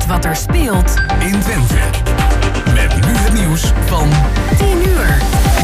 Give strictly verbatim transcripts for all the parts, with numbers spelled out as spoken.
weet wat er speelt in Twente. Met nu het nieuws van tien uur.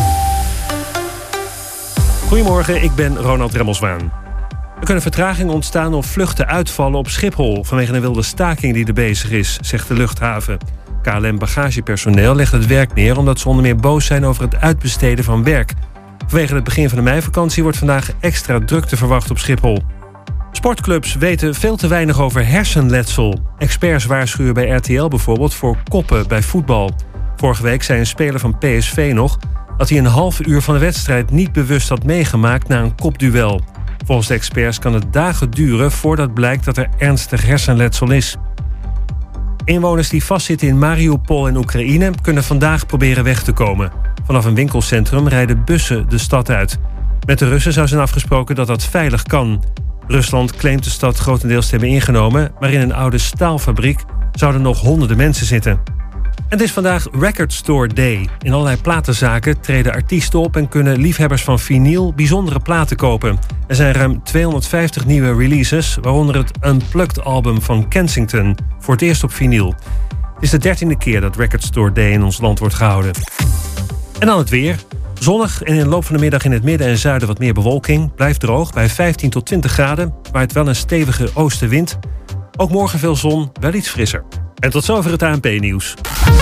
Goedemorgen, ik ben Ronald Remmelswaan. Er kunnen vertragingen ontstaan of vluchten uitvallen op Schiphol vanwege een wilde staking die er bezig is, zegt de luchthaven. K L M-bagagepersoneel legt het werk neer omdat ze onder meer boos zijn over het uitbesteden van werk. Vanwege het begin van de meivakantie wordt vandaag extra drukte verwacht op Schiphol. Sportclubs weten veel te weinig over hersenletsel. Experts waarschuwen bij R T L bijvoorbeeld voor koppen bij voetbal. Vorige week zei een speler van P S V nog dat hij een half uur van de wedstrijd niet bewust had meegemaakt na een kopduel. Volgens de experts kan het dagen duren voordat blijkt dat er ernstig hersenletsel is. Inwoners die vastzitten in Mariupol in Oekraïne kunnen vandaag proberen weg te komen. Vanaf een winkelcentrum rijden bussen de stad uit. Met de Russen zou zijn afgesproken dat dat veilig kan. Rusland claimt de stad grotendeels te hebben ingenomen, maar in een oude staalfabriek zouden nog honderden mensen zitten. En het is vandaag Record Store Day. In allerlei platenzaken treden artiesten op en kunnen liefhebbers van vinyl bijzondere platen kopen. Er zijn ruim tweehonderdvijftig nieuwe releases, waaronder het Unplugged-album van Kensington, voor het eerst op vinyl. Het is de dertiende keer dat Record Store Day in ons land wordt gehouden. En dan het weer. Zonnig en in de loop van de middag in het midden en zuiden wat meer bewolking. Blijft droog bij vijftien tot twintig graden, waait wel een stevige oostenwind. Ook morgen veel zon, wel iets frisser. En tot zover het A N P-nieuws.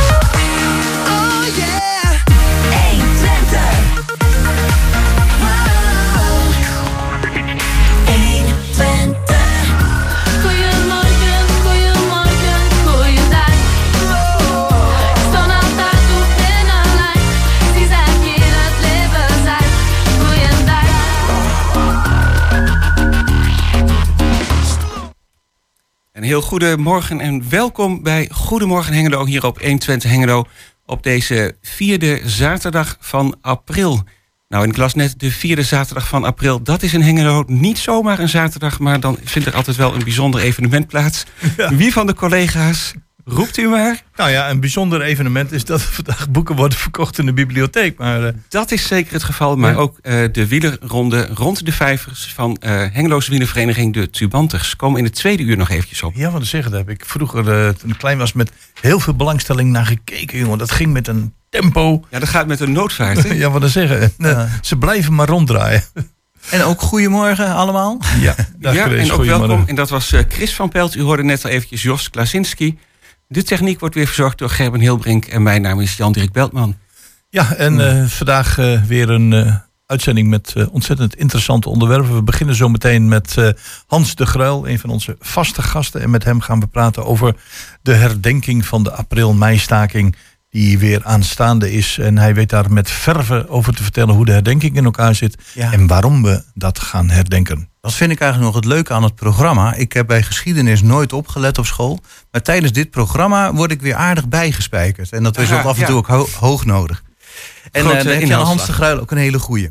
Een heel goedemorgen en welkom bij Goedemorgen Hengelo hier op honderdtwintig Hengelo op deze vierde zaterdag van april. Nou, en ik las net de vierde zaterdag van april. Dat is in Hengelo niet zomaar een zaterdag, maar dan vindt er altijd wel een bijzonder evenement plaats. Ja. Wie van de collega's roept u maar? Nou ja, een bijzonder evenement is dat er vandaag boeken worden verkocht in de bibliotheek. Maar, uh... Dat is zeker het geval, maar ja. ook uh, de wielerronde rond de vijvers van uh, Hengeloze wielervereniging de Tubanters komen in het tweede uur nog eventjes op. Ja, wat te zeggen, daar heb ik vroeger, uh, toen ik klein was, met heel veel belangstelling naar gekeken, jongen. Dat ging met een tempo. Ja, dat gaat met een noodvaart, hè? Ja, wat te zeggen. Ja. Ze blijven maar ronddraaien. En ook goedemorgen allemaal. Ja, dag ja Chris, en ook welkom. En dat was uh, Chris van Pelt. U hoorde net al eventjes Jos Klasinski. De techniek wordt weer verzorgd door Gerben Hilbrink en mijn naam is Jan-Dirk Beltman. Ja, en uh, vandaag uh, weer een uh, uitzending met uh, ontzettend interessante onderwerpen. We beginnen zo meteen met uh, Hans de Gruil, een van onze vaste gasten. En met hem gaan we praten over de herdenking van de april-meistaking die weer aanstaande is. En hij weet daar met verve over te vertellen hoe de herdenking in elkaar zit. Ja. En waarom we dat gaan herdenken. Dat vind ik eigenlijk nog het leuke aan het programma. Ik heb bij geschiedenis nooit opgelet op school. Maar tijdens dit programma word ik weer aardig bijgespijkerd. En dat is Aha, ook af en toe ja. ook ho- hoog nodig. En uh, dan heb je aan Hans de Gruil ook een hele goeie.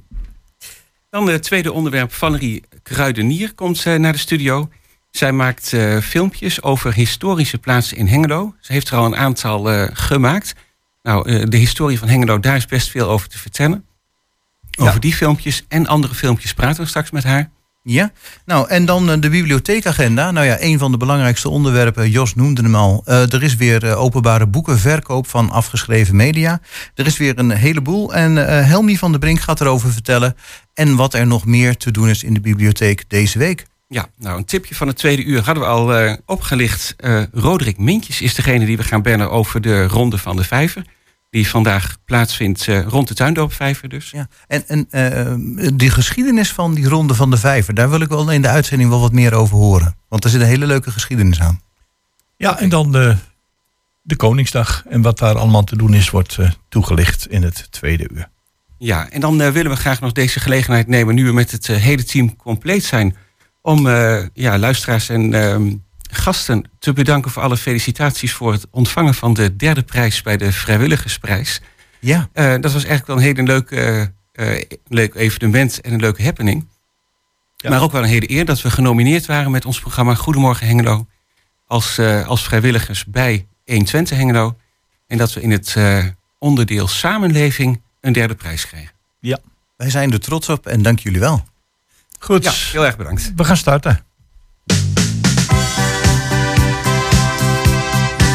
Dan het tweede onderwerp. Valerie Kruidenier komt uh, naar de studio. Zij maakt uh, filmpjes over historische plaatsen in Hengelo. Ze heeft er al een aantal uh, gemaakt. Nou, uh, de historie van Hengelo, daar is best veel over te vertellen. Over ja. die filmpjes en andere filmpjes praten we straks met haar. Ja, nou en dan uh, de bibliotheekagenda. Nou ja, een van de belangrijkste onderwerpen, Jos noemde hem al. Uh, er is weer uh, openbare boekenverkoop van afgeschreven media. Er is weer een heleboel en uh, Helmi van der Brink gaat erover vertellen. En wat er nog meer te doen is in de bibliotheek deze week. Ja, nou een tipje van het tweede uur hadden we al uh, opgelicht. Uh, Roderick Mintjes is degene die we gaan bellen over de Ronde van de Vijver. Die vandaag plaatsvindt uh, rond de Tuindoopvijver dus. Ja, en en uh, die geschiedenis van die Ronde van de Vijver, daar wil ik wel in de uitzending wel wat meer over horen. Want er zit een hele leuke geschiedenis aan. Ja, okay. En dan de, de Koningsdag. En wat daar allemaal te doen is, wordt uh, toegelicht in het tweede uur. Ja, en dan uh, willen we graag nog deze gelegenheid nemen, nu we met het uh, hele team compleet zijn, om uh, ja, luisteraars en uh, gasten te bedanken voor alle felicitaties voor het ontvangen van de derde prijs bij de Vrijwilligersprijs. Ja. Uh, dat was eigenlijk wel een hele leuke, uh, uh, leuk evenement en een leuke happening. Ja. Maar ook wel een hele eer dat we genomineerd waren met ons programma Goedemorgen Hengelo als, uh, als vrijwilligers bij honderdtwintig Hengelo. En dat we in het uh, onderdeel Samenleving een derde prijs kregen. Ja, wij zijn er trots op en dank jullie wel. Goed. Ja, heel erg bedankt. We gaan starten.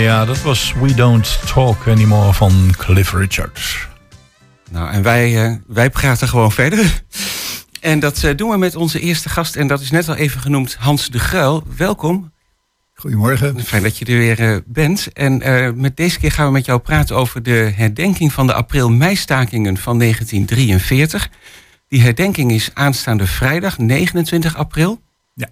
Ja, dat was We Don't Talk Anymore van Cliff Richard. Nou, en wij, uh, wij praten gewoon verder. En dat uh, doen we met onze eerste gast. En dat is net al even genoemd, Hans de Gruil. Welkom. Goedemorgen. Fijn dat je er weer uh, bent. En uh, met deze keer gaan we met jou praten over de herdenking van de april-meistakingen van negentien drieënveertig. Die herdenking is aanstaande vrijdag, negenentwintig april. Ja.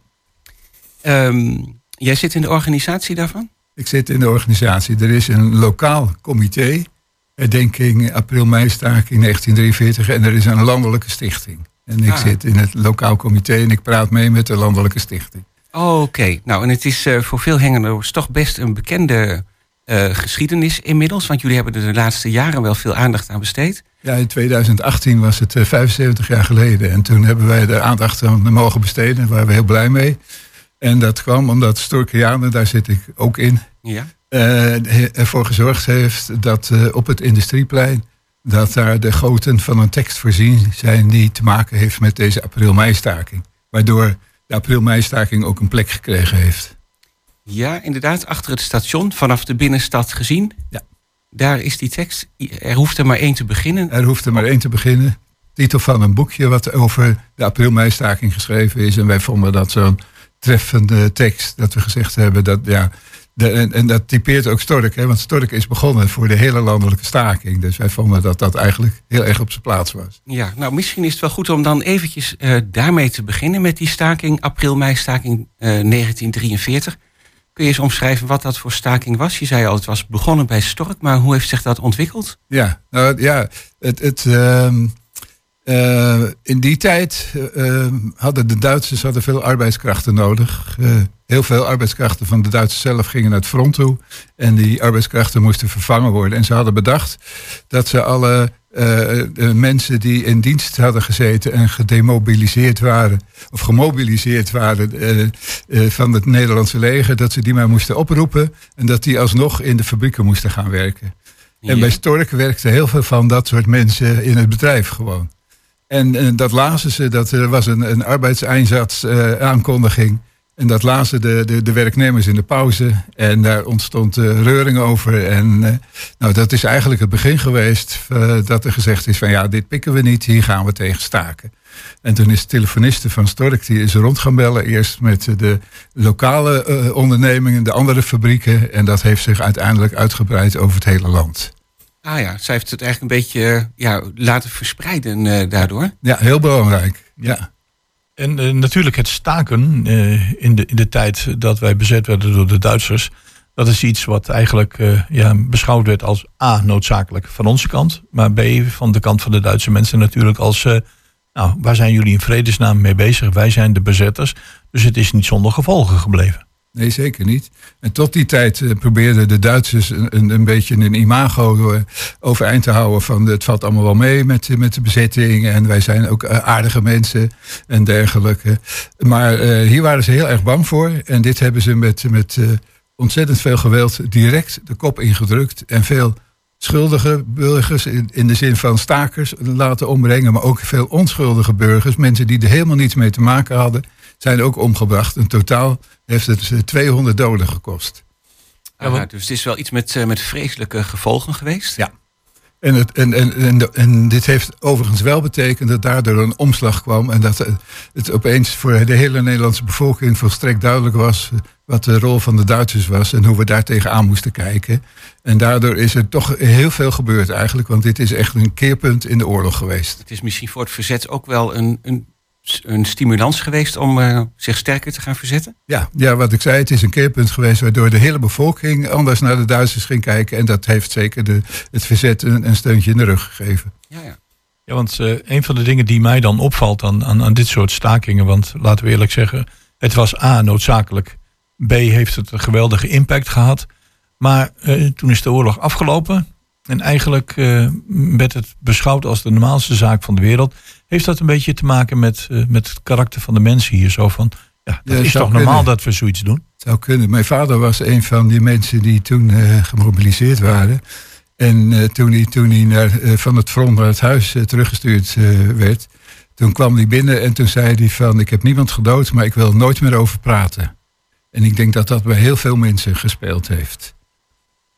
Um, jij zit in de organisatie daarvan? Ik zit in de organisatie. Er is een lokaal comité, herdenking april-meistaking negentien drieënveertig. En er is een landelijke stichting. En ik ah. zit in het lokaal comité en ik praat mee met de landelijke stichting. Oh, oké. Okay. Nou, en het is uh, voor veel Hengeloers toch best een bekende uh, geschiedenis inmiddels. Want jullie hebben er de laatste jaren wel veel aandacht aan besteed. Ja, in tweeduizend achttien was het uh, vijfenzeventig jaar geleden. En toen hebben wij er aandacht aan mogen besteden. Daar waren we heel blij mee. En dat kwam omdat Storkianen, daar zit ik ook in, ja. uh, ervoor gezorgd heeft dat uh, op het Industrieplein, dat daar de goten van een tekst voorzien zijn die te maken heeft met deze april-meistaking. Waardoor de april-meistaking ook een plek gekregen heeft. Ja, inderdaad, achter het station, vanaf de binnenstad gezien. Ja. Daar is die tekst, er hoeft er maar één te beginnen. Er hoeft er maar één te beginnen. Titel van een boekje wat over de april-meistaking geschreven is. En wij vonden dat zo'n treffende tekst, dat we gezegd hebben dat, ja, de, en, en dat typeert ook Stork, hè, want Stork is begonnen voor de hele landelijke staking. Dus wij vonden dat dat eigenlijk heel erg op zijn plaats was. Ja, nou misschien is het wel goed om dan eventjes uh, daarmee te beginnen met die staking, april-meistaking uh, negentien drieënveertig. Kun je eens omschrijven wat dat voor staking was? Je zei al, het was begonnen bij Stork, maar hoe heeft zich dat ontwikkeld? Ja, nou ja, het... het uh, Uh, in die tijd uh, hadden de Duitsers hadden veel arbeidskrachten nodig. Uh, heel veel arbeidskrachten van de Duitsers zelf gingen naar het front toe. En die arbeidskrachten moesten vervangen worden. En ze hadden bedacht dat ze alle uh, de mensen die in dienst hadden gezeten en gedemobiliseerd waren, of gemobiliseerd waren uh, uh, van het Nederlandse leger, dat ze die maar moesten oproepen en dat die alsnog in de fabrieken moesten gaan werken. Ja. En bij Stork werkten heel veel van dat soort mensen in het bedrijf gewoon. En, en dat lazen ze, dat er was een, een arbeidseinsatz uh, aankondiging. En dat lazen de, de, de werknemers in de pauze. En daar ontstond uh, reuring over. En uh, nou, dat is eigenlijk het begin geweest uh, dat er gezegd is van ja, dit pikken we niet, hier gaan we tegen staken. En toen is de telefoniste van Stork, die is rond gaan bellen. Eerst met de lokale uh, ondernemingen, de andere fabrieken. En dat heeft zich uiteindelijk uitgebreid over het hele land. Ah ja, zij heeft het eigenlijk een beetje ja, laten verspreiden uh, daardoor. Ja, heel belangrijk. Ja. En uh, natuurlijk het staken uh, in, de, in de tijd dat wij bezet werden door de Duitsers. Dat is iets wat eigenlijk uh, ja, beschouwd werd als A, noodzakelijk van onze kant. Maar B, van de kant van de Duitse mensen natuurlijk als, uh, nou, waar zijn jullie in vredesnaam mee bezig? Wij zijn de bezetters. Dus het is niet zonder gevolgen gebleven. Nee, zeker niet. En tot die tijd uh, probeerden de Duitsers een, een, een beetje een imago uh, overeind te houden van het valt allemaal wel mee met, met de bezetting en wij zijn ook uh, aardige mensen en dergelijke. Maar uh, hier waren ze heel erg bang voor en dit hebben ze met, met uh, ontzettend veel geweld direct de kop ingedrukt en veel schuldige burgers in, in de zin van stakers laten ombrengen, maar ook veel onschuldige burgers, mensen die er helemaal niets mee te maken hadden, zijn ook omgebracht. In totaal heeft het tweehonderd doden gekost. Ah, ja, dus het is wel iets met, uh, met vreselijke gevolgen geweest? Ja. En, het, en, en, en, en dit heeft overigens wel betekend dat daardoor een omslag kwam. En dat het opeens voor de hele Nederlandse bevolking volstrekt duidelijk was wat de rol van de Duitsers was en hoe we daar tegenaan moesten kijken. En daardoor is er toch heel veel gebeurd eigenlijk. Want dit is echt een keerpunt in de oorlog geweest. Het is misschien voor het verzet ook wel een... een... een stimulans geweest om uh, zich sterker te gaan verzetten? Ja, ja, wat ik zei, het is een keerpunt geweest waardoor de hele bevolking anders naar de Duitsers ging kijken. En dat heeft zeker de, het verzet een, een steuntje in de rug gegeven. Ja, ja. Ja, want uh, een van de dingen die mij dan opvalt aan, aan, aan dit soort stakingen, want laten we eerlijk zeggen, het was A, noodzakelijk. B, heeft het een geweldige impact gehad. Maar uh, toen is de oorlog afgelopen. En eigenlijk uh, werd het beschouwd als de normaalste zaak van de wereld. Heeft dat een beetje te maken met, uh, met het karakter van de mensen hier? Zo van, ja, dat ja, is toch normaal kunnen. Dat we zoiets doen? Het zou kunnen. Mijn vader was een van die mensen die toen uh, gemobiliseerd waren. En uh, toen hij, toen hij naar, uh, van het front naar het huis uh, teruggestuurd uh, werd, toen kwam hij binnen en toen zei hij van, ik heb niemand gedood, maar ik wil er nooit meer over praten. En ik denk dat dat bij heel veel mensen gespeeld heeft.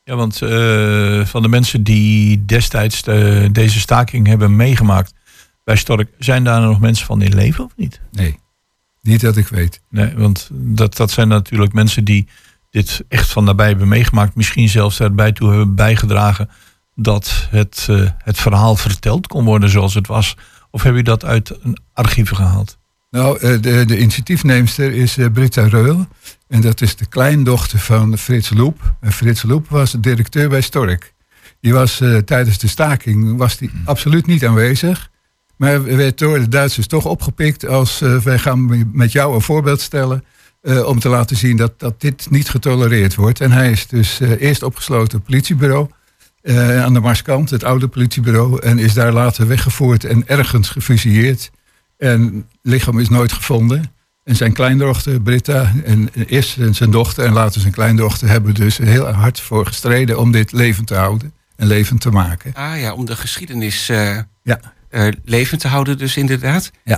Ja, want uh, van de mensen die destijds de, deze staking hebben meegemaakt bij Stork, zijn daar nog mensen van in leven of niet? Nee, niet dat ik weet. Nee, want dat, dat zijn natuurlijk mensen die dit echt van nabij hebben meegemaakt. Misschien zelfs erbij toe hebben bijgedragen dat het, uh, het verhaal verteld kon worden zoals het was. Of heb je dat uit een archieven gehaald? Nou, de, de initiatiefneemster is Britta Reul. En dat is de kleindochter van Frits Loep. En Frits Loep was directeur bij Stork. Die was uh, tijdens de staking was die absoluut niet aanwezig. Maar werd door de Duitsers toch opgepikt als uh, wij gaan met jou een voorbeeld stellen. Uh, om te laten zien dat, dat dit niet getolereerd wordt. En hij is dus uh, eerst opgesloten politiebureau. Uh, aan de Marskant, het oude politiebureau. En is daar later weggevoerd en ergens gefusilleerd. En het lichaam is nooit gevonden. En zijn kleindochter, Britta, en eerst zijn dochter en later zijn kleindochter hebben dus heel hard voor gestreden om dit levend te houden en levend te maken. Ah ja, om de geschiedenis uh, ja. uh, levend te houden dus inderdaad. Ja.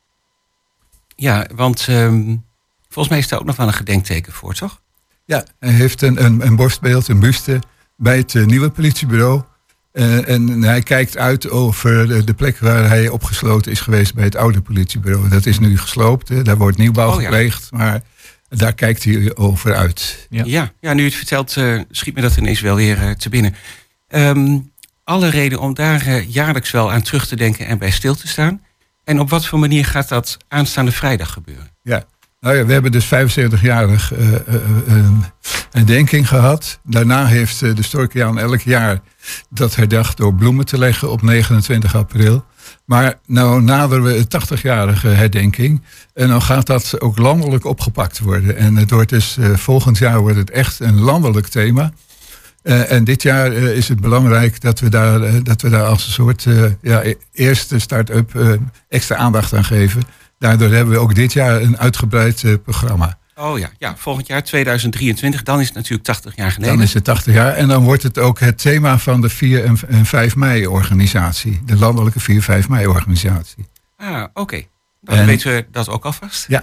Ja, want um, volgens mij is daar ook nog wel een gedenkteken voor, toch? Ja, hij heeft een, een, een borstbeeld, een buste bij het uh, nieuwe politiebureau. Uh, en hij kijkt uit over de, de plek waar hij opgesloten is geweest bij het oude politiebureau. Dat is nu gesloopt, hè. Daar wordt nieuwbouw oh, ja. gepleegd, maar daar kijkt hij over uit. Ja, ja, ja nu u het vertelt, uh, schiet me dat ineens wel weer uh, te binnen. Um, alle reden om daar uh, jaarlijks wel aan terug te denken en bij stil te staan. En op wat voor manier gaat dat aanstaande vrijdag gebeuren? Ja. Nou ja, we hebben dus vijfenzeventigjarig uh, uh, uh, een denking gehad. Daarna heeft uh, de Storkiaan elk jaar dat herdacht door bloemen te leggen op negenentwintig april. Maar nou naderen we de tachtigjarige herdenking. En dan gaat dat ook landelijk opgepakt worden. En het wordt dus uh, volgend jaar wordt het echt een landelijk thema. Uh, en dit jaar uh, is het belangrijk dat we daar, uh, dat we daar als een soort uh, ja, eerste start-up uh, extra aandacht aan geven. Daardoor hebben we ook dit jaar een uitgebreid uh, programma. Oh ja, ja, volgend jaar tweeduizend drieëntwintig, dan is het natuurlijk tachtig jaar geleden. Dan is het tachtig jaar en dan wordt het ook het thema van de vier en vijf mei organisatie. De landelijke vier en vijf mei organisatie. Ah, oké. Okay. Dan en, weten we dat ook alvast. Ja.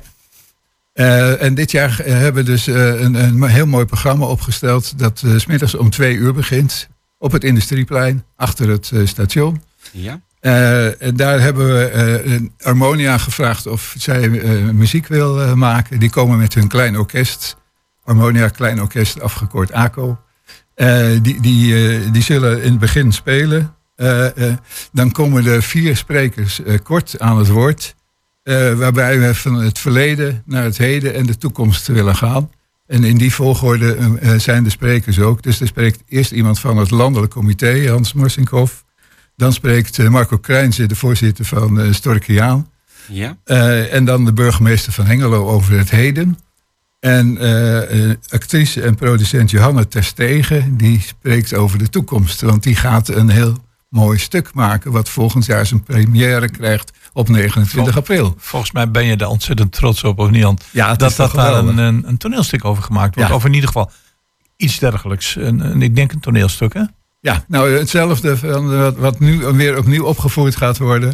Uh, en dit jaar hebben we dus uh, een, een heel mooi programma opgesteld dat uh, 's middags om twee uur begint op het Industrieplein achter het uh, station. Ja. Uh, en daar hebben we uh, Harmonia gevraagd of zij uh, muziek wil uh, maken. Die komen met hun klein orkest. Harmonia Klein Orkest, afgekort A C O. Uh, die, die, uh, die zullen in het begin spelen. Uh, uh, dan komen er vier sprekers uh, kort aan het woord. Uh, waarbij we van het verleden naar het heden en de toekomst willen gaan. En in die volgorde uh, zijn de sprekers ook. Dus er spreekt eerst iemand van het landelijk comité, Hans Morsinkhoff. Dan spreekt Marco Krijnse, de voorzitter van uh, Storkiaan. Ja. Uh, en dan de burgemeester van Hengelo over het heden. En uh, actrice en producent Johanna Terstegen, die spreekt over de toekomst. Want die gaat een heel mooi stuk maken wat volgend jaar zijn première krijgt op negenentwintig april. Volgens mij ben je daar ontzettend trots op, of niet, Jan? Ja, dat dat daar een, een, een toneelstuk over gemaakt wordt. Ja. Of in ieder geval iets dergelijks. Een, een, ik denk een toneelstuk, hè? Ja, nou hetzelfde van wat, wat nu weer opnieuw opgevoerd gaat worden.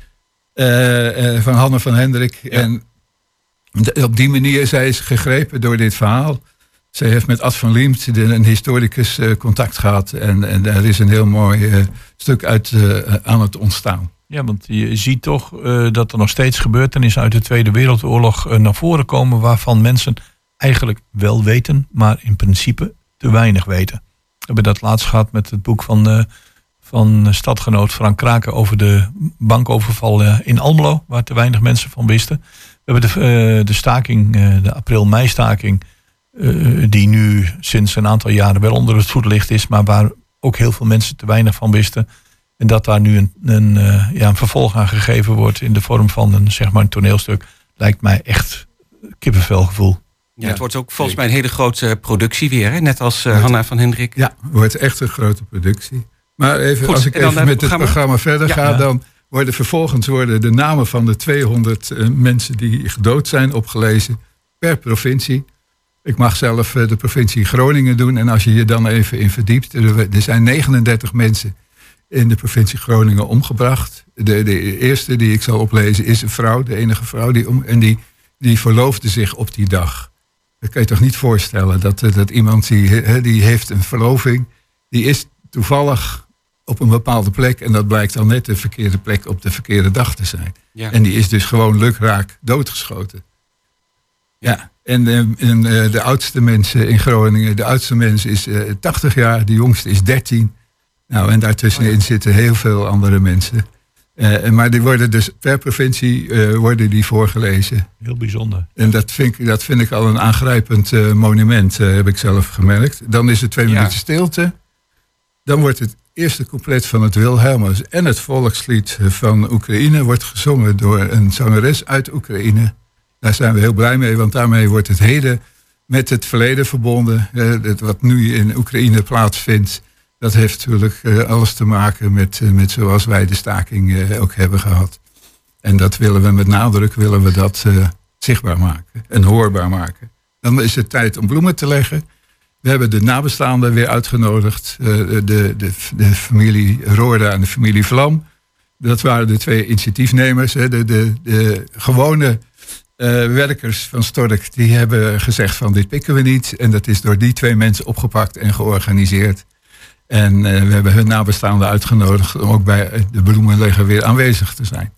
Uh, uh, van Hanne van Hendrik. Ja. En de, op die manier zij is gegrepen door dit verhaal. Zij heeft met Ad van Liemt, de, een historicus, uh, contact gehad. En, en er is een heel mooi uh, stuk uit uh, aan het ontstaan. Ja, want je ziet toch uh, dat er nog steeds gebeurtenissen uit de Tweede Wereldoorlog uh, naar voren komen, waarvan mensen eigenlijk wel weten, maar in principe te weinig weten. We hebben dat laatst gehad met het boek van, uh, van stadgenoot Frank Kraken over de bankoverval uh, in Almelo, waar te weinig mensen van wisten. We hebben de, uh, de staking, uh, de april-mei-staking, uh, die nu sinds een aantal jaren wel onder het voetlicht is, maar waar ook heel veel mensen te weinig van wisten. En dat daar nu een, een, uh, ja, een vervolg aan gegeven wordt in de vorm van een, zeg maar een toneelstuk, lijkt mij echt kippenvelgevoel. Ja, het wordt ook volgens mij een hele grote productie weer, hè? Net als uh, Hanna van Hendrik. Ja, het wordt echt een grote productie. Maar even, Goed, als ik even met het programma, programma verder ja, ga, ja. dan worden vervolgens worden de namen van de tweehonderd uh, mensen die gedood zijn opgelezen per provincie. Ik mag zelf uh, de provincie Groningen doen. En als je je dan even in verdiept, er, er zijn negenendertig mensen in de provincie Groningen omgebracht. De, de eerste die ik zal oplezen is een vrouw, de enige vrouw, die om, en die, die verloofde zich op die dag. Dat kan je toch niet voorstellen. Dat, dat iemand die, die heeft een verloving, die is toevallig op een bepaalde plek. En dat blijkt dan net de verkeerde plek op de verkeerde dag te zijn. Ja. En die is dus gewoon lukraak doodgeschoten. Ja, en, en de oudste mensen in Groningen, de oudste mens is uh, tachtig jaar, de jongste is dertien. Nou, en daartussenin oh ja. zitten heel veel andere mensen. Uh, maar die worden dus per provincie uh, worden die voorgelezen. Heel bijzonder. En dat vind ik, dat vind ik al een aangrijpend uh, monument, uh, heb ik zelf gemerkt. Dan is er twee ja. minuten stilte. Dan wordt het eerste couplet van het Wilhelmus en het volkslied van Oekraïne wordt gezongen door een zangeres uit Oekraïne. Daar zijn we heel blij mee, want daarmee wordt het heden met het verleden verbonden. Uh, het, wat nu in Oekraïne plaatsvindt, dat heeft natuurlijk uh, alles te maken met, uh, met zoals wij de staking uh, ook hebben gehad. En dat willen we met nadruk willen we dat uh, zichtbaar maken en hoorbaar maken. Dan is het tijd om bloemen te leggen. We hebben de nabestaanden weer uitgenodigd. Uh, de, de, de familie Roorda en de familie Vlam. Dat waren de twee initiatiefnemers. Hè. De, de, de gewone uh, werkers van Stork die hebben gezegd van dit pikken we niet. En dat is door die twee mensen opgepakt en georganiseerd. En uh, we hebben hun nabestaanden uitgenodigd om ook bij de bloemenlegger weer aanwezig te zijn.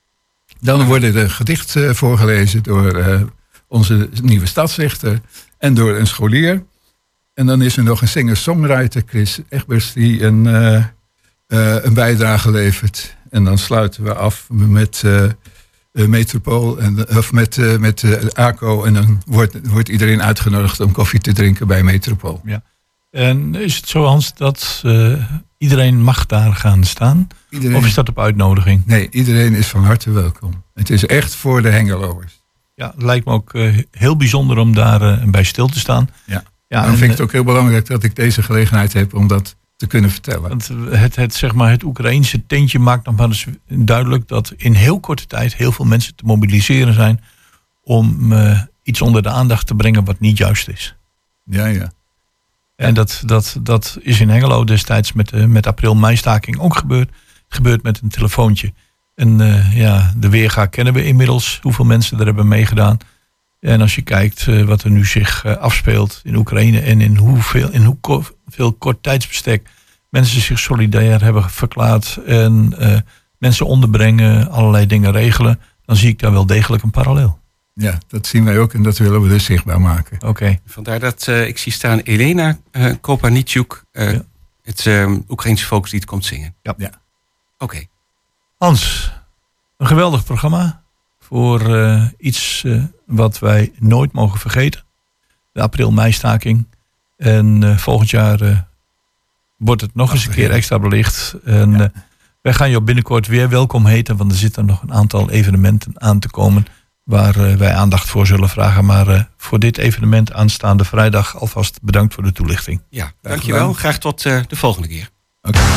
Dan worden de gedichten uh, voorgelezen door uh, onze nieuwe stadsdichter en door een scholier. En dan is er nog een singer-songwriter, Chris Egbers, die een, uh, uh, een bijdrage levert. En dan sluiten we af met uh, uh, Metropool, en, of met, uh, met uh, A C O. En dan wordt, wordt iedereen uitgenodigd om koffie te drinken bij Metropool. Ja. En is het zo, Hans, dat uh, iedereen mag daar gaan staan? Iedereen, of is dat op uitnodiging? Nee, iedereen is van harte welkom. Het is echt voor de Hengeloers. Ja, het lijkt me ook uh, heel bijzonder om daar uh, bij stil te staan. Ja. Ja, dan vind ik het ook heel belangrijk dat ik deze gelegenheid heb om dat te kunnen vertellen. Want het, het, zeg maar, het Oekraïense tintje maakt nog maar eens duidelijk dat in heel korte tijd heel veel mensen te mobiliseren zijn om uh, iets onder de aandacht te brengen wat niet juist is. Ja, ja. En dat, dat, dat is in Hengelo destijds met de met april-meistaking ook gebeurd. Gebeurd met een telefoontje. En uh, ja, de weerga kennen we inmiddels, hoeveel mensen er hebben meegedaan. En als je kijkt uh, wat er nu zich uh, afspeelt in Oekraïne en in hoeveel, in hoeveel kort tijdsbestek mensen zich solidair hebben verklaard en uh, mensen onderbrengen, allerlei dingen regelen, dan zie ik daar wel degelijk een parallel. Ja, dat zien wij ook en dat willen we dus zichtbaar maken. Oké. Okay. Vandaar dat uh, ik zie staan Elena uh, Kopanitschuk, uh, ja. het uh, Oekraïnse volkslied komt zingen. Ja. ja. Oké. Okay. Hans, een geweldig programma. Voor uh, iets uh, wat wij nooit mogen vergeten. De april-meistaking. En uh, volgend jaar uh, wordt het nog Ach, eens een keer extra belicht. En ja. uh, wij gaan je binnenkort weer welkom heten. Want er zitten nog een aantal evenementen aan te komen. Waar uh, wij aandacht voor zullen vragen. Maar uh, voor dit evenement aanstaande vrijdag alvast bedankt voor de toelichting. Ja, dankjewel. Graag tot uh, de volgende keer. Oké. Okay.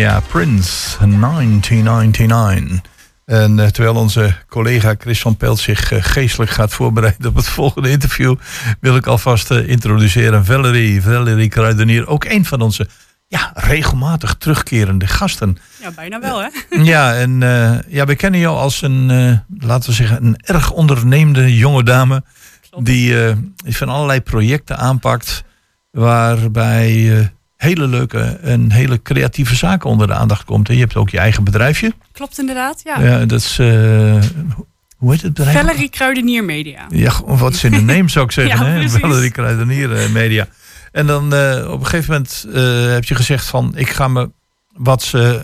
Ja, Prince, negentien negenennegentig. En uh, terwijl onze collega Chris van Pelt zich uh, geestelijk gaat voorbereiden op het volgende interview, wil ik alvast uh, introduceren Valerie, Valerie Kruidenier. Ook een van onze ja, regelmatig terugkerende gasten. Ja, bijna wel, hè? Ja, en uh, ja, we kennen jou als een, uh, laten we zeggen, een erg ondernemende jonge dame. Klopt. Die, uh, die van allerlei projecten aanpakt, waarbij uh, hele leuke en hele creatieve zaken onder de aandacht komt. En je hebt ook je eigen bedrijfje. Klopt inderdaad, ja. Ja, dat is, uh, hoe heet het bedrijf? Valerie Kruidenier Media. Ja, wat is in de name zou ik zeggen, ja, hè? Valerie Kruidenier uh, Media. En dan uh, op een gegeven moment uh, heb je gezegd van, ik ga me wat, uh,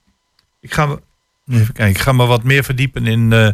ik ga me, even kijken, ik ga me wat meer verdiepen in, uh,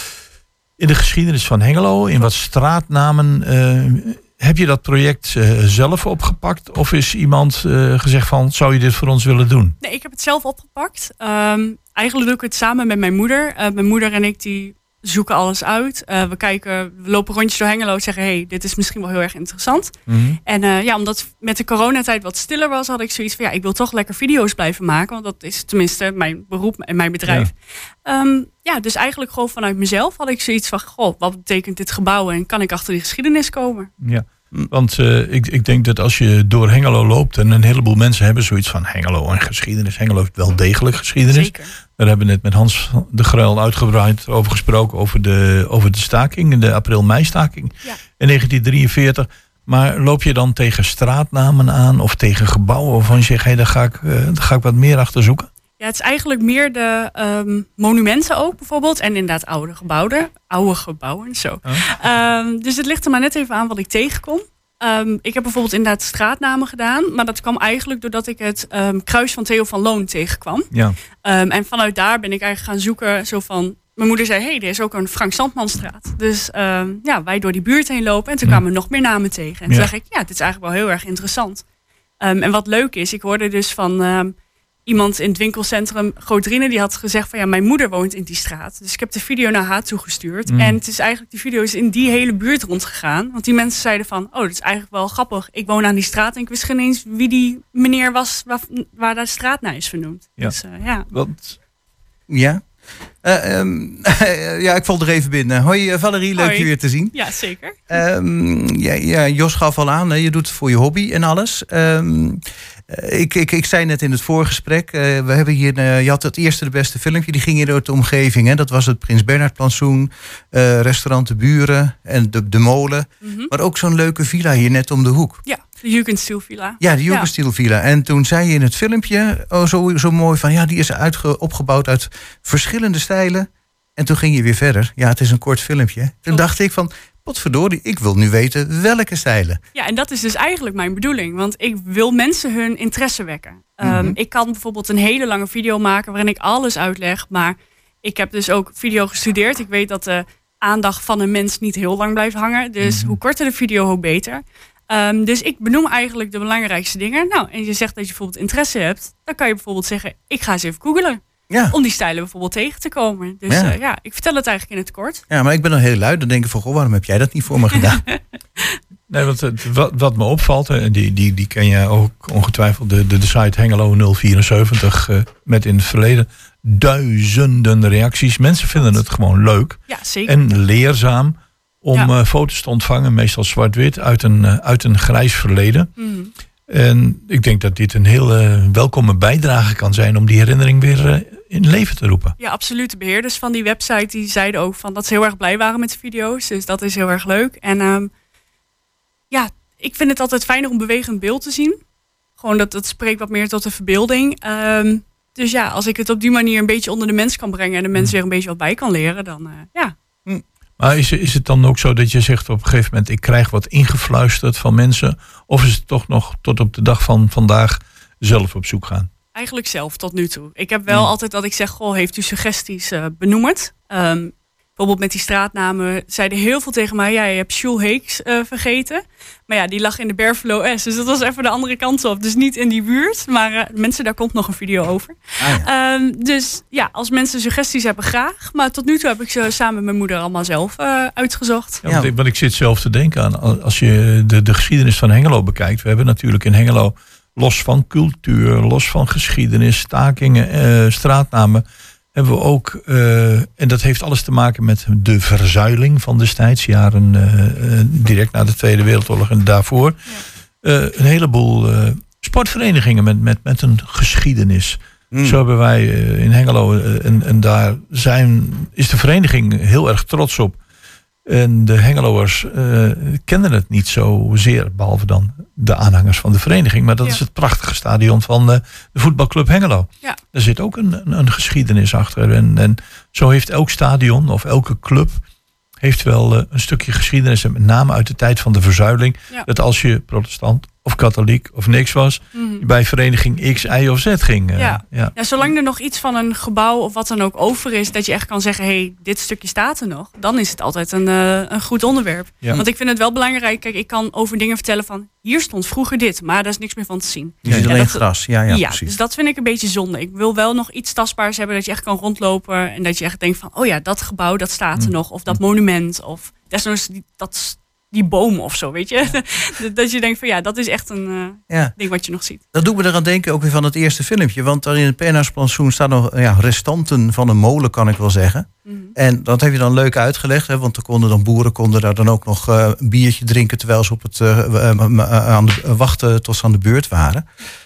in de geschiedenis van Hengelo, in wat straatnamen. Uh, heb je dat project uh, zelf opgepakt of is iemand uh, gezegd van, zou je dit voor ons willen doen? Nee, ik heb het zelf opgepakt. Um, eigenlijk doe ik het samen met mijn moeder. Uh, mijn moeder en ik die zoeken alles uit. Uh, we kijken, we lopen rondjes door Hengelo en zeggen, hey, dit is misschien wel heel erg interessant. Mm-hmm. En uh, ja, omdat met de coronatijd wat stiller was, had ik zoiets van, ja, ik wil toch lekker video's blijven maken. Want dat is tenminste mijn beroep en mijn bedrijf. Ja. Um, ja, dus eigenlijk gewoon vanuit mezelf had ik zoiets van, goh, wat betekent dit gebouw en kan ik achter die geschiedenis komen? Ja. Want uh, ik, ik denk dat als je door Hengelo loopt en een heleboel mensen hebben zoiets van Hengelo en geschiedenis. Hengelo heeft wel degelijk geschiedenis. Zeker. Daar hebben we net met Hans de Gruil uitgebreid over gesproken. Over de, over de staking, de april-mei-staking ja. in negentien drieënveertig. Maar loop je dan tegen straatnamen aan of tegen gebouwen waarvan je zegt, hey, daar, ga ik, uh, daar ga ik wat meer achter zoeken? Ja, het is eigenlijk meer de um, monumenten ook bijvoorbeeld. En inderdaad oude gebouwen. Oude gebouwen, zo. Oh. Um, dus het ligt er maar net even aan wat ik tegenkom. Um, ik heb bijvoorbeeld inderdaad straatnamen gedaan. Maar dat kwam eigenlijk doordat ik het um, kruis van Theo van Loon tegenkwam. Ja. Um, en vanuit daar ben ik eigenlijk gaan zoeken. Zo van, mijn moeder zei, hey, er is ook een Frank Sandmanstraat. Dus um, ja, wij door die buurt heen lopen. En toen ja. kwamen nog meer namen tegen. En toen ja. dacht ik, ja, dit is eigenlijk wel heel erg interessant. Um, en wat leuk is, ik hoorde dus van Um, iemand in het winkelcentrum Groot-Drienen, die had gezegd van ja, mijn moeder woont in die straat. Dus ik heb de video naar haar toegestuurd. Mm. En het is eigenlijk, die video is in die hele buurt rondgegaan. Want die mensen zeiden van, oh, dat is eigenlijk wel grappig. Ik woon aan die straat en ik wist geen eens wie die meneer was waar, waar de straat naar is vernoemd. Ja. Dus, uh, ja. Want, ja. Uh, um, ja, ik val er even binnen. Hoi Valerie, leuk Hoi. je weer te zien. Ja, zeker. Um, ja, ja, Jos gaf al aan, hè, je doet het voor je hobby en alles. Um, Ik, ik, ik zei net in het voorgesprek, uh, we hebben hier, uh, je had het eerste de beste filmpje, die ging hier door de omgeving. Hè? Dat was het Prins Bernhard plantsoen, uh, restaurant De Buren en de, de molen. Mm-hmm. Maar ook zo'n leuke villa hier net om de hoek. Ja, de Jugendstil villa. Ja, de Jugendstil villa. Ja. En toen zei je in het filmpje, oh, zo, zo mooi van, ja, die is uitge, opgebouwd uit verschillende stijlen. En toen ging je weer verder. Ja, het is een kort filmpje. Toen Klopt. dacht ik van, potverdorie, ik wil nu weten welke stijlen. Ja, en dat is dus eigenlijk mijn bedoeling. Want ik wil mensen hun interesse wekken. Mm-hmm. Um, ik kan bijvoorbeeld een hele lange video maken waarin ik alles uitleg. Maar ik heb dus ook video gestudeerd. Ik weet dat de aandacht van een mens niet heel lang blijft hangen. Dus mm-hmm. hoe korter de video, hoe beter. Um, dus ik benoem eigenlijk de belangrijkste dingen. Nou, en je zegt dat je bijvoorbeeld interesse hebt. Dan kan je bijvoorbeeld zeggen, ik ga eens even googlen. Ja. Om die stijlen bijvoorbeeld tegen te komen. Dus ja. Uh, ja, ik vertel het eigenlijk in het kort. Ja, maar ik ben dan heel luid. Dan denk ik van, goh, waarom heb jij dat niet voor me gedaan? Nee, want het, wat, wat me opvalt, en die, die, die ken je ook ongetwijfeld, de, de, de site Hengelo nul vierenzeventig, uh, met in het verleden duizenden reacties. Mensen vinden het gewoon leuk. Ja, zeker. En leerzaam om ja. uh, foto's te ontvangen, meestal zwart-wit, uit een, uh, uit een grijs verleden. Mm. En ik denk dat dit een heel uh, welkome bijdrage kan zijn om die herinnering weer uh, in leven te roepen. Ja, absoluut. De beheerders van die website die zeiden ook van dat ze heel erg blij waren met de video's. Dus dat is heel erg leuk. En um, ja, ik vind het altijd fijner om bewegend beeld te zien. Gewoon dat dat spreekt wat meer tot de verbeelding. Um, dus ja, als ik het op die manier een beetje onder de mens kan brengen en de mensen weer een beetje wat bij kan leren, dan uh, ja. Maar is, is het dan ook zo dat je zegt op een gegeven moment, ik krijg wat ingefluisterd van mensen? Of is het toch nog tot op de dag van vandaag zelf op zoek gaan? Eigenlijk zelf tot nu toe. Ik heb wel ja. altijd dat ik zeg, goh, heeft u suggesties, uh, benoem het. Um, bijvoorbeeld met die straatnamen zeiden heel veel tegen mij, ja, je hebt Sjoel Heeks uh, vergeten. Maar ja, die lag in de Berfelo S, dus dat was even de andere kant op. Dus niet in die buurt, maar uh, mensen, daar komt nog een video over. Ah, ja. um, dus ja, als mensen suggesties hebben, graag. Maar tot nu toe heb ik ze samen met mijn moeder allemaal zelf uh, uitgezocht. Ja, want, ik, want ik zit zelf te denken aan, als je de, de geschiedenis van Hengelo bekijkt. We hebben natuurlijk in Hengelo los van cultuur, los van geschiedenis, stakingen, uh, straatnamen, hebben we ook, uh, en dat heeft alles te maken met de verzuiling van destijds, jaren uh, uh, direct na de Tweede Wereldoorlog en daarvoor, ja. uh, een heleboel uh, sportverenigingen met, met, met een geschiedenis. Mm. Zo hebben wij uh, in Hengelo, uh, en, en daar zijn, is de vereniging heel erg trots op. En de Hengeloers uh, kennen het niet zozeer, behalve dan de aanhangers van de vereniging. Maar dat ja. is het prachtige stadion van uh, de voetbalclub Hengelo. Ja. Daar zit ook een, een, een geschiedenis achter. En, en zo heeft elk stadion of elke club heeft wel uh, een stukje geschiedenis. En met name uit de tijd van de verzuiling. Ja. Dat als je protestant of katholiek of niks was, mm-hmm. bij vereniging X, Y of Z ging. Uh, ja. Ja. ja, zolang er nog iets van een gebouw of wat dan ook over is, dat je echt kan zeggen, hé, hey, dit stukje staat er nog, dan is het altijd een, uh, een goed onderwerp. Ja. Want ik vind het wel belangrijk, kijk, ik kan over dingen vertellen van, hier stond vroeger dit, maar daar is niks meer van te zien. Je ziet ja, alleen dat, gras, ja, ja, ja precies. Dus dat vind ik een beetje zonde. Ik wil wel nog iets tastbaars hebben, dat je echt kan rondlopen en dat je echt denkt van, oh ja, dat gebouw, dat staat er mm. nog, of dat monument, of desnoods die, dat die boom of zo, weet je. Ja. Dat je denkt van ja, dat is echt een uh, ja. ding wat je nog ziet. Dat doet me eraan denken ook weer van het eerste filmpje. Want daar in het Peenhuisplantsoen staan nog ja, restanten van een molen, kan ik wel zeggen. Mm-hmm. En dat heb je dan leuk uitgelegd. Hè, want er konden dan boeren konden daar dan ook nog uh, een biertje drinken terwijl ze op het uh, uh, aan de, uh, wachten tot ze aan de beurt waren.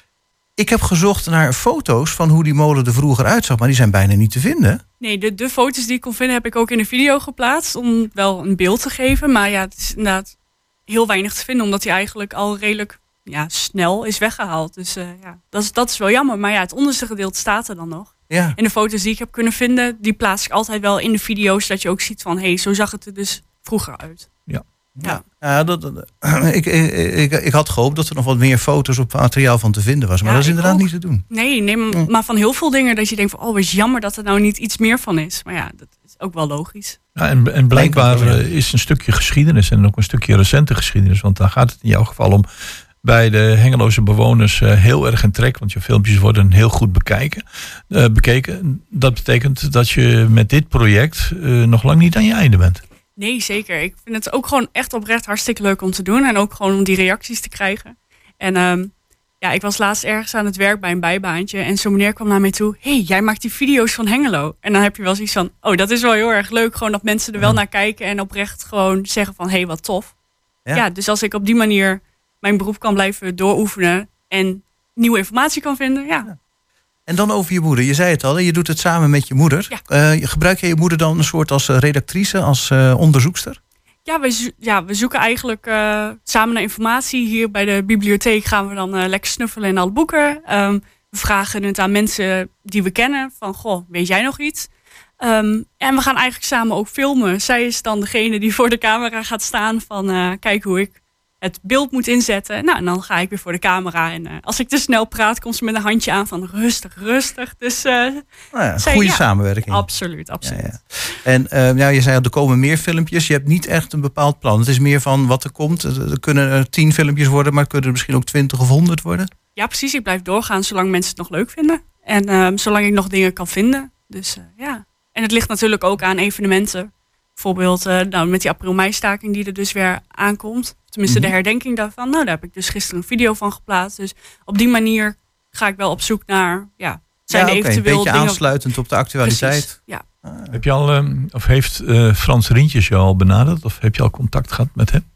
Ik heb gezocht naar foto's van hoe die molen er vroeger uitzag, maar die zijn bijna niet te vinden. Nee, de, de foto's die ik kon vinden heb ik ook in een video geplaatst om wel een beeld te geven. Maar ja, het is inderdaad heel weinig te vinden, omdat hij eigenlijk al redelijk ja, snel is weggehaald. Dus uh, ja, dat is, dat is wel jammer. Maar ja, het onderste gedeelte staat er dan nog. Ja. En de foto's die ik heb kunnen vinden, die plaats ik altijd wel in de video's, dat je ook ziet van, hé, hey, zo zag het er dus vroeger uit. Ja. Ja, ja dat, dat, ik, ik, ik, ik had gehoopt dat er nog wat meer foto's op materiaal van te vinden was. Maar ja, dat is inderdaad ook niet te doen. Nee, nee, maar van heel veel dingen dat je denkt van, oh, wat jammer dat er nou niet iets meer van is. Maar ja, dat is ook wel logisch. Ja, en, en blijkbaar is een stukje geschiedenis en ook een stukje recente geschiedenis. Want daar gaat het in jouw geval om bij de Hengeloze bewoners uh, heel erg in trek. Want je filmpjes worden heel goed bekijken, uh, bekeken. Dat betekent dat je met dit project uh, nog lang niet aan je einde bent. Nee, zeker. Ik vind het ook gewoon echt oprecht hartstikke leuk om te doen. En ook gewoon om die reacties te krijgen. En um, ja, ik was laatst ergens aan het werk bij een bijbaantje. En zo'n meneer kwam naar mij toe. Hé, hey, jij maakt die video's van Hengelo. En dan heb je wel zoiets van, oh, dat is wel heel erg leuk. Gewoon dat mensen er wel naar kijken. En oprecht gewoon zeggen van, hé, hey, wat tof. Ja. ja, dus als ik op die manier mijn beroep kan blijven dooroefenen. En nieuwe informatie kan vinden, ja. ja. En dan over je moeder. Je zei het al, je doet het samen met je moeder. Ja. Uh, gebruik je je moeder dan een soort als redactrice, als uh, onderzoekster? Ja we, zo- ja, we zoeken eigenlijk uh, samen naar informatie. Hier bij de bibliotheek gaan we dan uh, lekker snuffelen in alle boeken. Um, we vragen het aan mensen die we kennen. Van, goh, weet jij nog iets? Um, en we gaan eigenlijk samen ook filmen. Zij is dan degene die voor de camera gaat staan. Van, uh, kijk hoe ik het beeld moet inzetten. Nou, en dan ga ik weer voor de camera. En uh, als ik te snel praat, komt ze met een handje aan van rustig, rustig. Dus uh, nou ja, zij, goede ja, samenwerking. Absoluut, absoluut. Ja, ja. En uh, ja, je zei al, er komen meer filmpjes. Je hebt niet echt een bepaald plan. Het is meer van wat er komt. Er kunnen er tien filmpjes worden, maar kunnen er misschien ook twintig of honderd worden? Ja, precies. Ik blijf doorgaan zolang mensen het nog leuk vinden. En uh, zolang ik nog dingen kan vinden. Dus uh, ja. En het ligt natuurlijk ook aan evenementen. Bijvoorbeeld uh, nou, met die april-mei-staking die er dus weer aankomt. Tenminste, de herdenking daarvan. Nou, daar heb ik dus gisteren een video van geplaatst. Dus op die manier ga ik wel op zoek naar, ja, zijn ja, er okay. eventueel een beetje dingen aansluitend op de actualiteit. Precies, ja. Ah. Heb je al, um, of heeft uh, Frans Rientjes jou al benaderd? Of heb je al contact gehad met hem?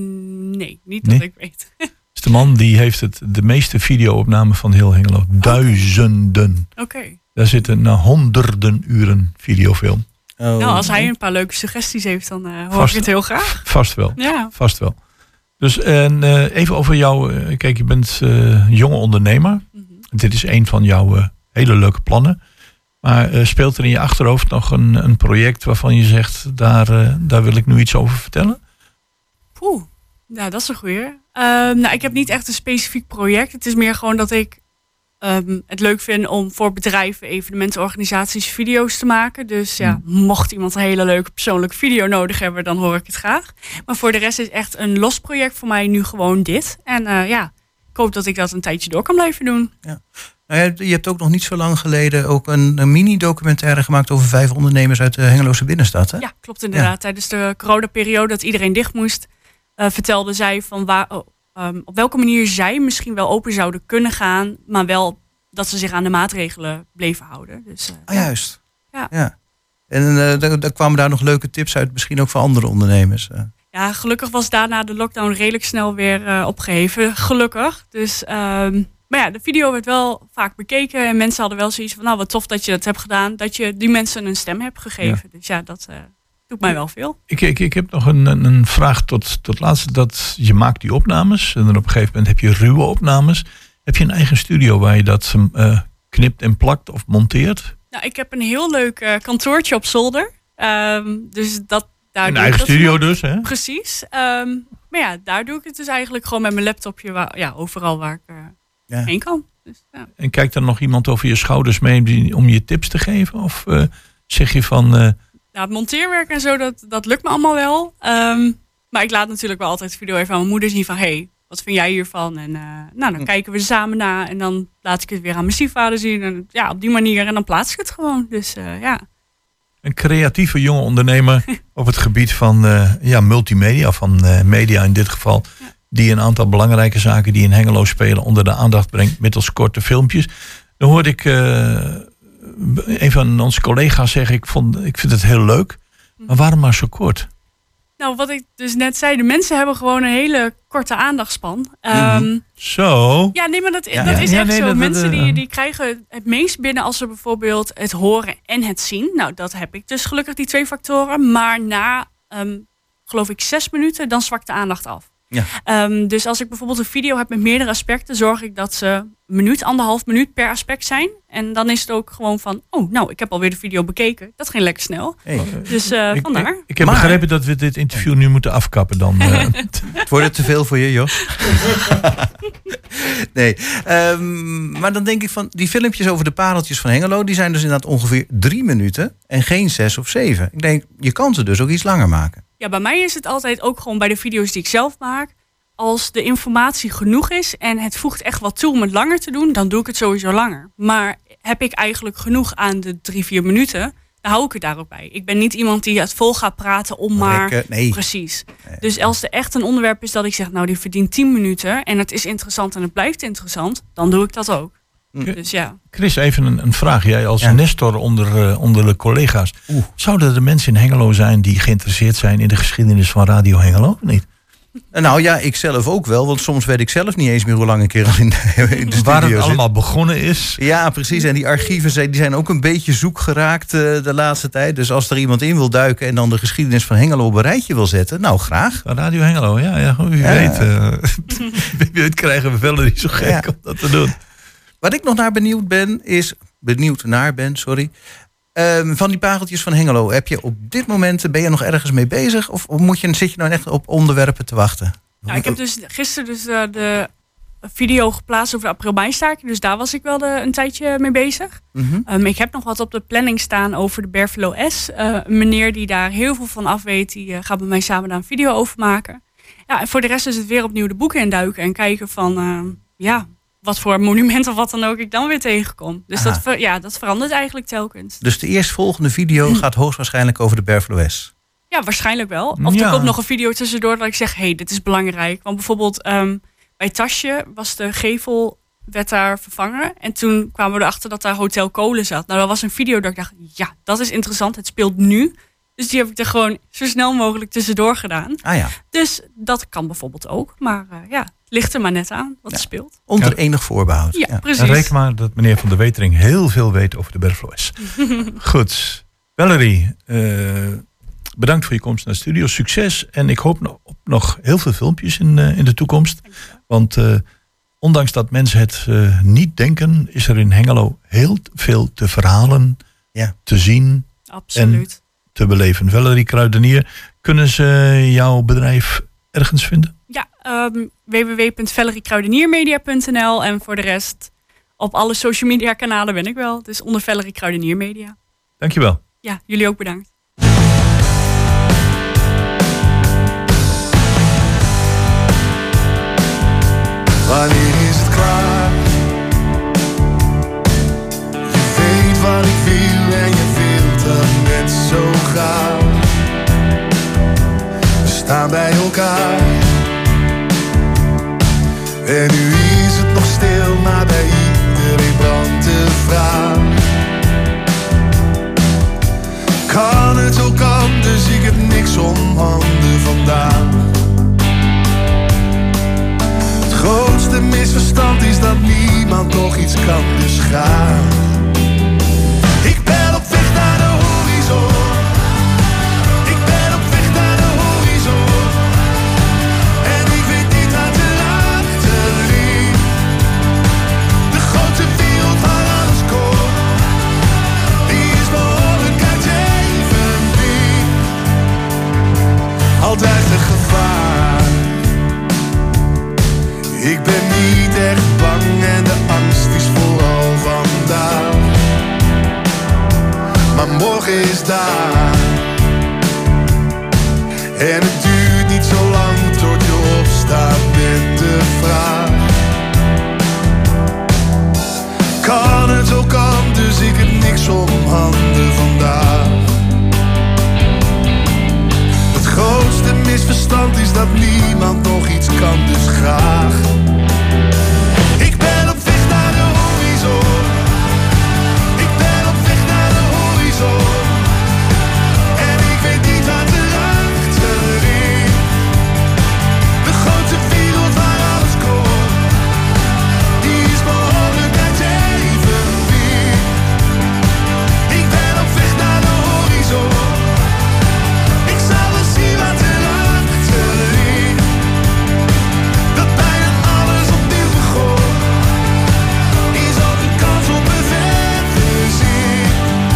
Nee, niet nee? dat ik weet. Dat is de man die heeft het, de meeste video-opnamen van heel Hengelo. Duizenden. Oké. Okay. Daar zitten uh, honderden uren videofilm. Oh, nou, als hij een paar leuke suggesties heeft, dan uh, hoor vast, ik het heel graag. Vast wel. Ja. Vast wel. Dus en, uh, even over jou. Uh, kijk, je bent uh, jonge ondernemer. Mm-hmm. Dit is een van jouw uh, hele leuke plannen. Maar uh, speelt er in je achterhoofd nog een, een project waarvan je zegt, daar, uh, daar wil ik nu iets over vertellen? Poeh, nou dat is een goeie. Uh, nou, ik heb niet echt een specifiek project. Het is meer gewoon dat ik um, het leuk vind om voor bedrijven, evenementenorganisaties video's te maken. Dus ja, mm. mocht iemand een hele leuke persoonlijke video nodig hebben, dan hoor ik het graag. Maar voor de rest is echt een los project voor mij nu gewoon dit. En uh, ja, ik hoop dat ik dat een tijdje door kan blijven doen. Ja. Nou, je hebt ook nog niet zo lang geleden ook een, een mini-documentaire gemaakt over vijf ondernemers uit de Hengeloze binnenstad. Hè? Ja, klopt inderdaad. Ja. Tijdens de coronaperiode dat iedereen dicht moest, uh, vertelde zij van waar, oh, um, op welke manier zij misschien wel open zouden kunnen gaan, maar wel dat ze zich aan de maatregelen bleven houden. Dus, uh, ah, juist. Ja. ja. En uh, daar, daar kwamen daar nog leuke tips uit, misschien ook voor andere ondernemers. Uh. Ja, gelukkig was daarna de lockdown redelijk snel weer uh, opgeheven. Gelukkig. Dus, um, maar ja, de video werd wel vaak bekeken. En mensen hadden wel zoiets van, nou wat tof dat je dat hebt gedaan. Dat je die mensen een stem hebt gegeven. Ja. Dus ja, dat uh, doet mij wel veel. Ik, ik, ik heb nog een, een vraag tot, tot laatst. Dat je maakt die opnames. En dan op een gegeven moment heb je ruwe opnames. Heb je een eigen studio waar je dat uh, knipt en plakt of monteert? Nou, ik heb een heel leuk uh, kantoortje op zolder. Um, dus dat... Daar een eigen studio nog. Dus, hè? Precies. Um, maar ja, daar doe ik het dus eigenlijk gewoon met mijn laptopje. Waar, ja, overal waar ik uh, ja. heen kan. Dus, ja. En kijkt er nog iemand over je schouders mee die, om je tips te geven? Of uh, zeg je van... Uh... Nou, het monteerwerk en zo, dat, dat lukt me allemaal wel. Um, maar ik laat natuurlijk wel altijd de video even aan mijn moeder zien van... hey, wat vind jij hiervan? En uh, nou, dan hm. kijken we er samen na. En dan laat ik het weer aan mijn stiefvader zien. En ja, op die manier. En dan plaats ik het gewoon. Dus uh, ja... Een creatieve jonge ondernemer op het gebied van uh, ja, multimedia, van uh, media in dit geval. Ja. Die een aantal belangrijke zaken die in Hengelo spelen onder de aandacht brengt middels korte filmpjes. Dan hoorde ik uh, een van onze collega's zeggen, ik, vond, ik vind het heel leuk. Maar waarom maar zo kort? Nou, wat ik dus net zei, de mensen hebben gewoon een hele korte aandachtspan. Mm-hmm. Um, zo? Ja, nee, maar dat, ja, dat ja. is ja, echt nee, zo. Dat, mensen dat, die, die krijgen het meest binnen als ze bijvoorbeeld het horen en het zien. Nou, dat heb ik dus gelukkig, die twee factoren. Maar na, um, geloof ik, zes minuten, dan zwakt de aandacht af. Ja. Um, dus als ik bijvoorbeeld een video heb met meerdere aspecten, zorg ik dat ze een minuut, anderhalf minuut per aspect zijn. En dan is het ook gewoon van, oh, nou, ik heb alweer de video bekeken. Dat ging lekker snel. Hey. Dus uh, ik, vandaar. Ik, ik heb maar, begrepen dat we dit interview nu moeten afkappen dan. Uh. Het wordt te veel voor je, Jos. Nee, um, maar dan denk ik van, die filmpjes over de pareltjes van Hengelo, die zijn dus inderdaad ongeveer drie minuten en geen zes of zeven. Ik denk, je kan ze dus ook iets langer maken. Ja, bij mij is het altijd ook gewoon bij de video's die ik zelf maak. Als de informatie genoeg is en het voegt echt wat toe om het langer te doen, dan doe ik het sowieso langer. Maar heb ik eigenlijk genoeg aan de drie, vier minuten, dan hou ik het daar ook bij. Ik ben niet iemand die het vol gaat praten om maar... Rekken, nee. Precies. Dus als er echt een onderwerp is dat ik zeg, nou die verdient tien minuten en het is interessant en het blijft interessant, dan doe ik dat ook. K- dus ja. Chris, even een, een vraag. Jij als ja. nestor onder, uh, onder de collega's. Oeh. Zouden er mensen in Hengelo zijn die geïnteresseerd zijn in de geschiedenis van Radio Hengelo of niet? Nou ja, ik zelf ook wel. Want soms weet ik zelf niet eens meer hoe lang ik er al in de, in de studio Waar het zit. allemaal begonnen is. Ja, precies. En die archieven zijn, die zijn ook een beetje zoek geraakt uh, de laatste tijd. Dus als er iemand in wil duiken en dan de geschiedenis van Hengelo op een rijtje wil zetten, nou graag. Radio Hengelo, ja, ja wie ja. weet. Uh, wie weet krijgen we verder niet zo gek ja. om dat te doen. Wat ik nog naar benieuwd ben, is... Benieuwd naar ben, sorry... Um, van die pareltjes van Hengelo, heb je op dit moment, ben je nog ergens mee bezig? Of, of moet je, zit je nou echt op onderwerpen te wachten? Nou, ik heb dus gisteren dus, uh, de video geplaatst over de april-meistaking. Dus daar was ik wel de, een tijdje mee bezig. Mm-hmm. Um, ik heb nog wat op de planning staan over de Berfelo S. Uh, een meneer die daar heel veel van af weet, die uh, gaat met mij samen daar een video over maken. Ja, en voor de rest is het weer opnieuw de boeken induiken en kijken van, uh, ja... wat voor monument of wat dan ook ik dan weer tegenkom. Dus dat, ver, ja, dat verandert eigenlijk telkens. Dus de eerstvolgende video gaat hoogstwaarschijnlijk over de Berfelo S? Ja, waarschijnlijk wel. Of ja. er komt nog een video tussendoor dat ik zeg, hé, hey, dit is belangrijk. Want bijvoorbeeld um, bij Tasje was de gevel, werd daar vervangen. En toen kwamen we erachter dat daar Hotel Kolen zat. Nou, dat was een video dat ik dacht, ja, dat is interessant. Het speelt nu. Dus die heb ik er gewoon zo snel mogelijk tussendoor gedaan. Ah, ja. Dus dat kan bijvoorbeeld ook. Maar uh, ja, het ligt er maar net aan wat ja. er speelt. Onder ja. enig voorbehoud. Ja, ja. precies. En reken maar dat meneer Van der Wetering heel veel weet over de Berfelo S. Goed. Valerie, uh, bedankt voor je komst naar de studio. Succes. En ik hoop nog, op nog heel veel filmpjes in, uh, in de toekomst. Want uh, ondanks dat mensen het uh, niet denken, is er in Hengelo heel veel te verhalen, ja. te zien. Absoluut. En te beleven. Valerie Kruidenier, kunnen ze jouw bedrijf ergens vinden? Ja, um, w w w punt valerie kruideniermedia punt n l en voor de rest op alle social media kanalen ben ik wel. Dus onder Valerie Kruidenier Media. Dankjewel. Ja, jullie ook bedankt. Wanneer is het klaar? Je weet wat ik wil en je wilt dat net zo graag. We staan bij elkaar. kan, dus ga. Ik ben op weg naar de horizon. Ik ben op weg naar de horizon. En ik weet niet wat er achter ligt. De grote wereld waar alles komt, die is behoorlijk uit evenwicht. Altijd een gevaar. Ik ben niet echt bang en de angst is vooral vandaag. Maar morgen is daar. En het duurt niet zo lang tot je opstaat met de vraag: kan het ook anders, ik heb niks om handen vandaag. Het grootste misverstand is dat niemand nog iets kan, dus graag. Ik ben op weg naar de horizon. Ik ben op weg naar de horizon. En ik weet niet wat er achter ligt. De grote wereld waar alles komt, die is behoorlijk uit evenwicht. Ik ben op weg naar de horizon. Ik zal wel zien wat er achter ligt. Dat bijna alles opnieuw begon, is ook een kans op een vergezing.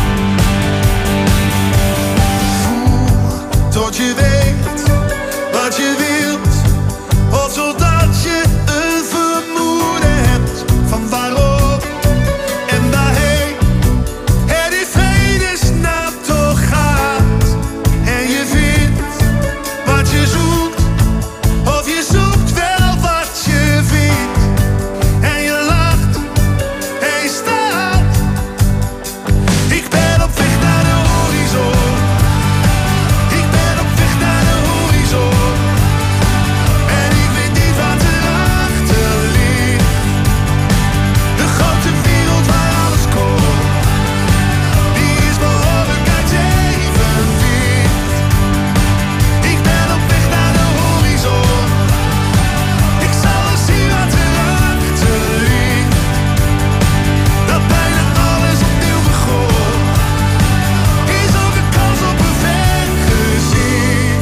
Voel tot je weet wat je wilt, of zodat je een vermoeden hebt van waarom en waarheen. En die vredesnaam toch gaat. En je vindt wat je zoekt, of je zoekt wel wat je vindt. En je lacht en je staat. Ik ben op weg naar de horizon. Ik ben op weg naar de horizon. En ik weet niet wat er achter ligt. De grote wereld waar alles komt, die is behoorlijk uit evenwicht. Ik ben op weg naar de horizon. Ik zal wel zien wat er achter ligt. Dat bijna alles opnieuw begon, is ook een kans op een vergezing.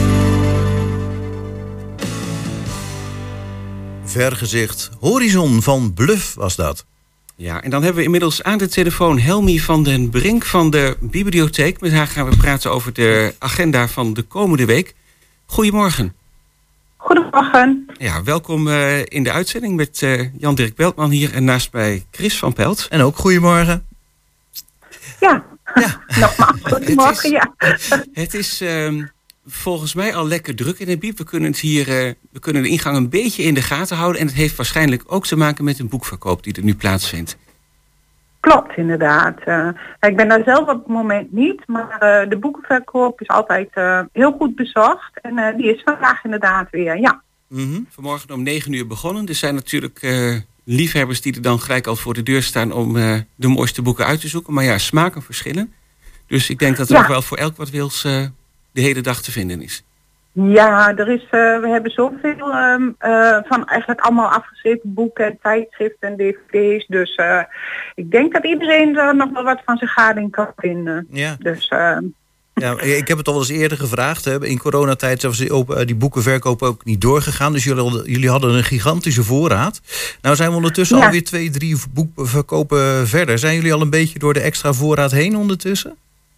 Vergezicht. Horizon van Bluff was dat. Ja, en dan hebben we inmiddels aan de telefoon Helmi van den Brink van de Bibliotheek. Met haar gaan we praten over de agenda van de komende week. Goedemorgen. Goedemorgen. Ja, welkom uh, in de uitzending met uh, Jan-Dirk Beltman hier en naast mij Chris van Pelt. En ook goedemorgen. Ja, Ja. nogmaals goedemorgen. Ja. Het is uh, volgens mij al lekker druk in de Biep. We kunnen, het hier, uh, we kunnen de ingang een beetje in de gaten houden. En het heeft waarschijnlijk ook te maken met een boekverkoop die er nu plaatsvindt. Klopt, inderdaad. Uh, ik ben daar zelf op het moment niet, maar uh, de boekenverkoop is altijd uh, heel goed bezocht. En uh, die is vandaag inderdaad weer, ja. Mm-hmm. Vanmorgen om negen uur begonnen. Er zijn natuurlijk uh, liefhebbers die er dan gelijk al voor de deur staan om uh, de mooiste boeken uit te zoeken. Maar ja, smaken verschillen. Dus ik denk dat er Ja. nog wel voor elk wat wils uh, de hele dag te vinden is. Ja, er is, uh, we hebben zoveel um, uh, van eigenlijk allemaal afgeschreven boeken, tijdschriften en dvd's. Dus uh, ik denk dat iedereen er nog wel wat van zijn gading kan vinden. Ja. Dus uh, Ja, ik heb het al eens eerder gevraagd. Hè. In coronatijd was die, open, die boekenverkoop ook niet doorgegaan. Dus jullie hadden, jullie hadden een gigantische voorraad. Nou zijn we ondertussen Ja. alweer twee, drie boekverkopen verder. Zijn jullie al een beetje door de extra voorraad heen ondertussen?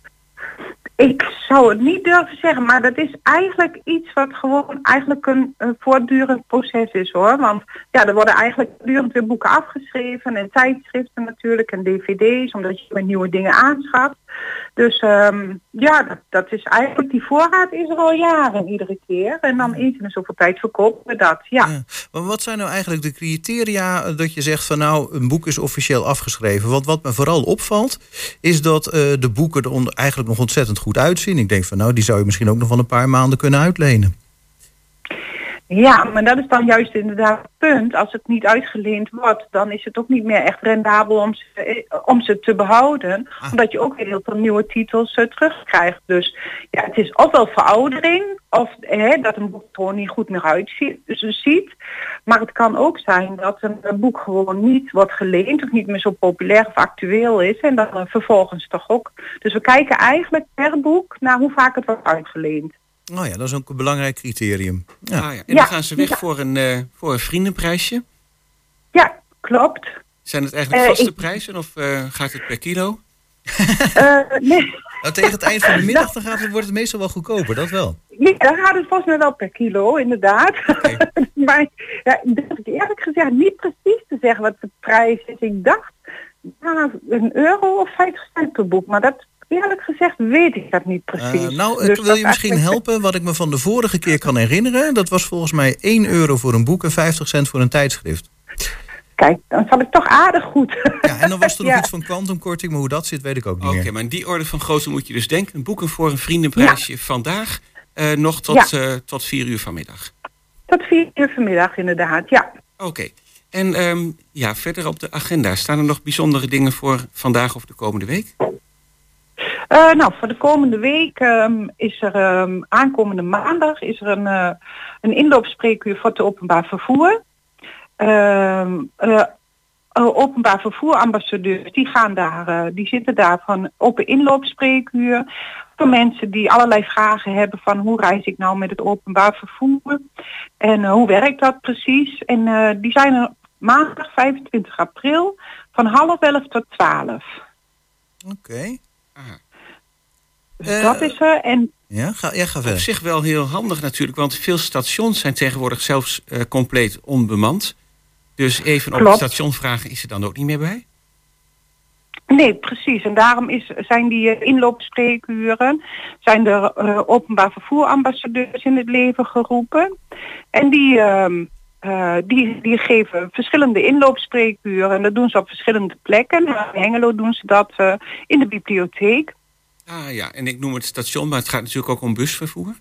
ik zou het niet durven zeggen, maar dat is eigenlijk iets wat gewoon eigenlijk een, een voortdurend proces is hoor. Want ja, er worden eigenlijk voortdurend weer boeken afgeschreven en tijdschriften natuurlijk en dvd's, omdat je weer nieuwe dingen aanschaft. Dus um, ja, dat, dat is eigenlijk, die voorraad is er al jaren iedere keer. En dan eens in zoveel tijd verkopen we dat, ja. ja. Maar wat zijn nou eigenlijk de criteria dat je zegt van nou, een boek is officieel afgeschreven? Want wat me vooral opvalt, is dat uh, de boeken er onder, eigenlijk nog ontzettend goed uitzien. Ik denk van nou, die zou je misschien ook nog wel een paar maanden kunnen uitlenen. Ja, maar dat is dan juist inderdaad het punt. Als het niet uitgeleend wordt, dan is het ook niet meer echt rendabel om ze, om ze te behouden. Ah. Omdat je ook weer heel veel nieuwe titels uh, terugkrijgt. Dus ja, het is ofwel veroudering, of hè, dat een boek gewoon niet goed meer uitziet. ziet. Maar het kan ook zijn dat een, een boek gewoon niet wordt geleend of niet meer zo populair of actueel is. En dan uh, vervolgens toch ook. Dus we kijken eigenlijk per boek naar hoe vaak het wordt uitgeleend. Oh ja, dat is ook een belangrijk criterium. Ja. Ah, ja. En Ja, dan gaan ze weg ja. voor, een, uh, voor een vriendenprijsje. Ja, klopt. Zijn het eigenlijk Uh, vaste ik- prijzen of uh, gaat het per kilo? Uh, nee. Nou, tegen het eind van de middag dan gaat het, wordt het meestal wel goedkoper, dat wel. Ja, dan gaat het volgens mij wel per kilo, inderdaad. Okay. maar ja, ik durf ik eerlijk gezegd niet precies te zeggen wat de prijs is. Ik dacht ja, een euro of vijftig cent per boek. Maar dat eerlijk gezegd weet ik dat niet precies. Uh, nou, ik Dus wil dat je misschien eigenlijk- helpen. Wat ik me van de vorige keer kan herinneren. Dat was volgens mij één euro voor een boek en vijftig cent voor een tijdschrift. Kijk, dan zat ik toch aardig goed. Ja, en dan was er nog Ja. iets van kwantumkorting. Maar hoe dat zit, weet ik ook niet Oké, meer. maar in die orde van grootte moet je dus denken. Boeken voor een vriendenprijsje vandaag uh, nog tot, Ja. uh, tot vier uur vanmiddag. Tot vier uur vanmiddag inderdaad, ja. Oké. En um, ja, verder op de agenda. Staan er nog bijzondere dingen voor vandaag of de komende week? Uh, nou, voor de komende week um, is er um, aankomende maandag is er een, uh, een inloopspreekuur voor het openbaar vervoer. Um, uh, uh, openbaar vervoerambassadeurs die gaan daar, uh, die zitten daar van open inloopspreekuur. Voor mensen die allerlei vragen hebben van hoe reis ik nou met het openbaar vervoer en uh, hoe werkt dat precies. En uh, die zijn er maandag vijfentwintig april van half elf tot twaalf. Oké. Okay. Dus Uh, dat is er. En Ja, ga, ja, ga Op verder. zich wel heel handig natuurlijk, want veel stations zijn tegenwoordig zelfs uh, compleet onbemand. Dus even op Klopt. het station vragen is er dan ook niet meer bij? Nee, precies. En daarom is, zijn die uh, inloopspreekuren, zijn er uh, openbaar vervoerambassadeurs in het leven geroepen. En die, uh, uh, die, die geven verschillende inloopspreekuren. En dat doen ze op verschillende plekken. In Hengelo doen ze dat uh, in de bibliotheek. Ah ja, en ik noem het station, maar het gaat natuurlijk ook om busvervoer.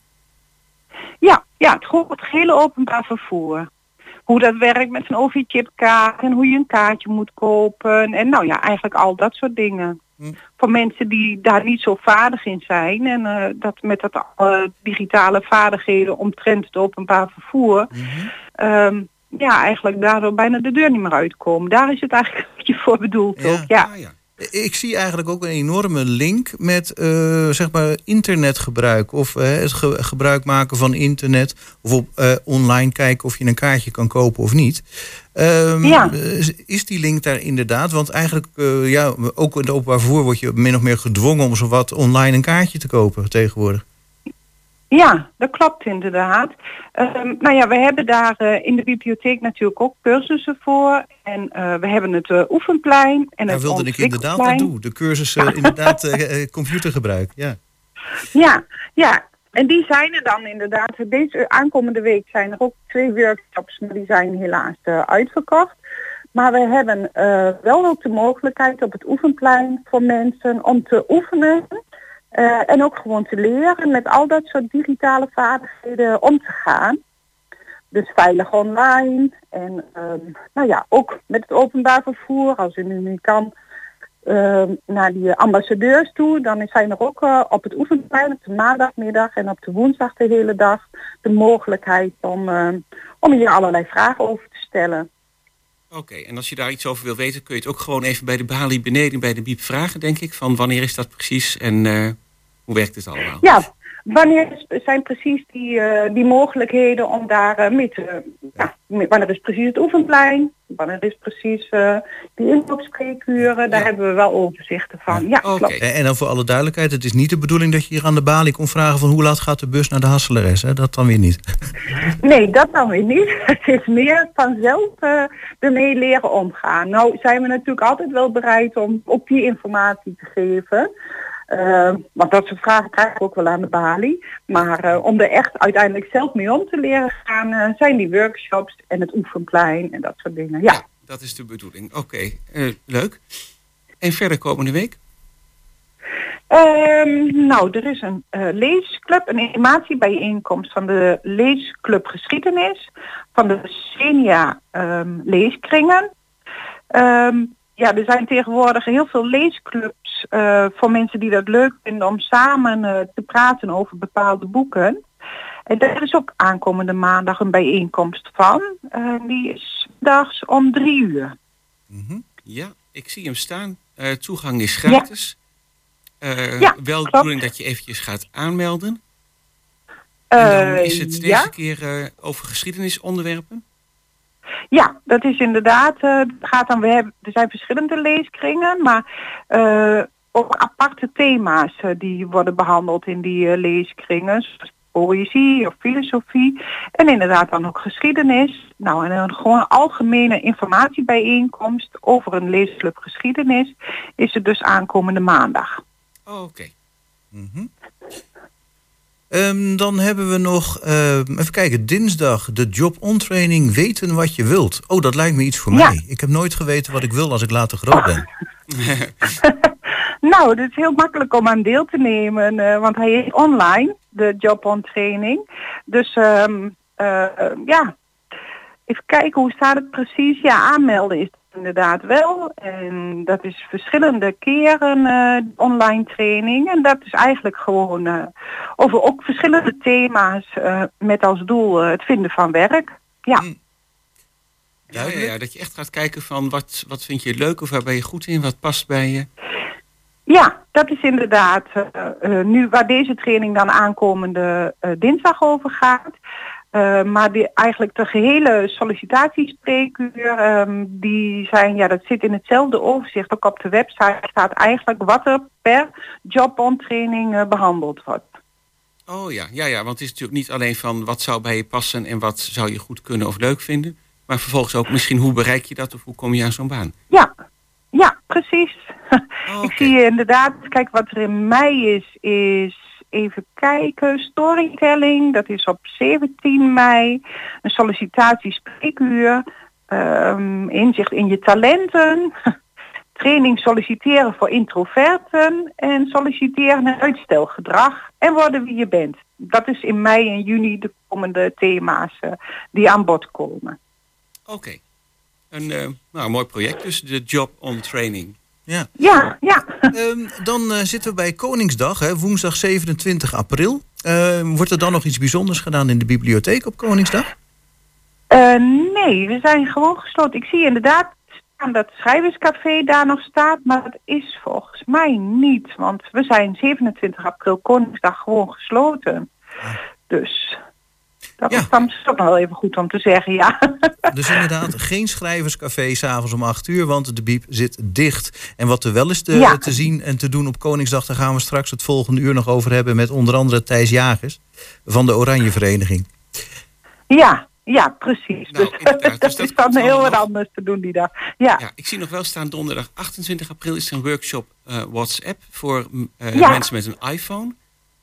Ja, ja, het, gewoon het hele openbaar vervoer. Hoe dat werkt met een O V-chipkaart en hoe je een kaartje moet kopen. En nou ja, eigenlijk al dat soort dingen. Hm. Voor mensen die daar niet zo vaardig in zijn. En uh, dat met dat uh, digitale vaardigheden omtrent het openbaar vervoer. Mhm. Um, ja, eigenlijk daardoor bijna de deur niet meer uitkomen. Daar is het eigenlijk een beetje voor bedoeld Ja. ook. Ja. Ah, ja. Ik zie eigenlijk ook een enorme link met uh, zeg maar internetgebruik. Of uh, het ge- gebruik maken van internet. Of op uh, online kijken of je een kaartje kan kopen of niet. Um, Ja. uh, is die link daar inderdaad? Want eigenlijk, uh, ja, ook in het openbaar vervoer word je min of meer gedwongen om zowat online een kaartje te kopen tegenwoordig. Ja, dat klopt inderdaad. Um, nou ja, we hebben daar uh, in de bibliotheek natuurlijk ook cursussen voor. En uh, we hebben het uh, oefenplein en Daar het wilde ik inderdaad ontwikkelplein. naartoe. De cursus uh, inderdaad uh, computergebruik. Ja. Ja, ja. En die zijn er dan inderdaad. Deze aankomende week zijn er ook twee workshops, maar die zijn helaas uh, uitverkocht. Maar we hebben uh, wel ook de mogelijkheid op het oefenplein voor mensen om te oefenen. Uh, en ook gewoon te leren met al dat soort digitale vaardigheden om te gaan. Dus veilig online. En um, nou ja, ook met het openbaar vervoer. Als u nu niet kan uh, naar die ambassadeurs toe. Dan zijn er ook uh, op het oefenplein op de maandagmiddag en op de woensdag de hele dag de mogelijkheid om, uh, om hier allerlei vragen over te stellen. Oké, okay, en als je daar iets over wil weten, kun je het ook gewoon even bij de balie beneden bij de biep vragen, denk ik. Van wanneer is dat precies en uh, hoe werkt het allemaal? Ja, wanneer zijn precies die, uh, die mogelijkheden om daar uh, mee te... Ja, wanneer is precies het oefenplein? Wanneer is precies uh, die inloopspreekuren? Daar Ja. hebben we wel overzichten van. Ja, Oké. klopt. En, en dan voor alle duidelijkheid, het is niet de bedoeling dat je hier aan de balie kon vragen van hoe laat gaat de bus naar de Hasseleres. Hè? Dat dan weer niet. Nee, dat dan weer niet. Het is meer vanzelf uh, ermee leren omgaan. Nou zijn we natuurlijk altijd wel bereid om ook die informatie te geven. Uh, want dat soort vragen krijg ik ook wel aan de balie. Maar uh, om er echt uiteindelijk zelf mee om te leren gaan, uh, zijn die workshops en het oefenplein en dat soort dingen. Ja. Ja, dat is de bedoeling. Oké, okay. uh, leuk. En verder komende week? Um, nou, er is een uh, leesclub, een informatiebijeenkomst van de leesclub geschiedenis, van de Xenia um, leeskringen. Um, ja, er zijn tegenwoordig heel veel leesclubs uh, voor mensen die dat leuk vinden om samen uh, te praten over bepaalde boeken. En daar is ook aankomende maandag een bijeenkomst van. Uh, die is dags om drie uur. Mm-hmm. Ja, ik zie hem staan. Uh, toegang is gratis. Ja. Uh, ja, wel de bedoeling dat je eventjes gaat aanmelden. Uh, en dan is het deze ja. keer uh, over geschiedenisonderwerpen? Ja, dat is inderdaad. Uh, gaat dan, we hebben, er zijn verschillende leeskringen, maar uh, ook aparte thema's uh, die worden behandeld in die uh, leeskringen. Zoals poëzie of filosofie. En inderdaad dan ook geschiedenis. Nou, en een gewoon algemene informatiebijeenkomst over een leesclub geschiedenis is er dus aankomende maandag. Oh, oké. Okay. Mm-hmm. Um, dan hebben we nog, uh, even kijken, dinsdag de job-on-training Weten wat je wilt. Oh, dat lijkt me iets voor ja. mij. Ik heb nooit geweten wat ik wil als ik later groot ben. Nou, het is heel makkelijk om aan deel te nemen, uh, want hij is online, de job-on-training. Dus um, uh, uh, ja, even kijken, hoe staat het precies? Ja, aanmelden is inderdaad wel. En dat is verschillende keren uh, online training. En dat is eigenlijk gewoon uh, over ook verschillende thema's uh, met als doel uh, het vinden van werk. Ja. Mm. Ja, ja, ja, dat je echt gaat kijken van wat, wat vind je leuk of waar ben je goed in, wat past bij je. Ja, dat is inderdaad uh, uh, nu waar deze training dan aankomende uh, dinsdag over gaat. Uh, maar die, eigenlijk de gehele sollicitatiespreekuur, um, die zijn, ja, dat zit in hetzelfde overzicht. Ook op de website staat eigenlijk wat er per job-on-training uh, behandeld wordt. Oh ja, ja, ja, want het is natuurlijk niet alleen van wat zou bij je passen en wat zou je goed kunnen of leuk vinden. Maar vervolgens ook misschien hoe bereik je dat of hoe kom je aan zo'n baan? Ja, ja, precies. Oh, okay. Ik zie inderdaad, kijk wat er in mei is, is even kijken, storytelling, dat is op zeventien mei. Een sollicitatiespreekuur, um, inzicht in je talenten, training solliciteren voor introverten en solliciteren naar uitstelgedrag en worden wie je bent. Dat is in mei en juni de komende thema's uh, die aan bod komen. Oké, okay. een uh, nou, mooi project dus, de Job on Training. Ja, ja. ja. Um, dan uh, zitten we bij Koningsdag, hè, woensdag zevenentwintig april. Uh, wordt er dan nog iets bijzonders gedaan in de bibliotheek op Koningsdag? Uh, nee, we zijn gewoon gesloten. Ik zie inderdaad staan dat het schrijverscafé daar nog staat, maar dat is volgens mij niet. Want we zijn zevenentwintig april Koningsdag gewoon gesloten. Ah. Dus dat ja. is dan toch nog wel even goed om te zeggen, ja. Dus inderdaad, geen schrijverscafé 's avonds om acht uur, want de bieb zit dicht. En wat er wel is te, ja. te zien en te doen op Koningsdag, daar gaan we straks het volgende uur nog over hebben met onder andere Thijs Jagers van de Oranje Vereniging. Ja, ja, precies. Nou, dus, dat, dat is dan heel wat nog anders te doen die dag. Ja. ja, ik zie nog wel staan donderdag achtentwintig april is er een workshop uh, WhatsApp voor uh, ja. mensen met een iPhone.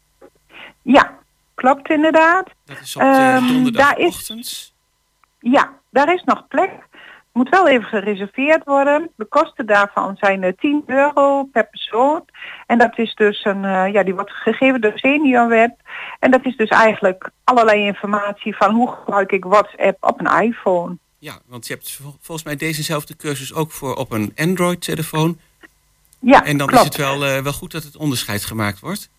Ja. Klopt inderdaad. Dat is op de donderdagochtend. Is, ja, daar is nog plek. Moet wel even gereserveerd worden. De kosten daarvan zijn tien euro per persoon. En dat is dus een, uh, ja, die wordt gegeven door SeniorWeb. En dat is dus eigenlijk allerlei informatie van hoe gebruik ik WhatsApp op een iPhone. Ja, want je hebt volgens mij dezezelfde cursus ook voor op een Android-telefoon. Ja, en dan klopt. is het wel, uh, wel goed dat het onderscheid gemaakt wordt.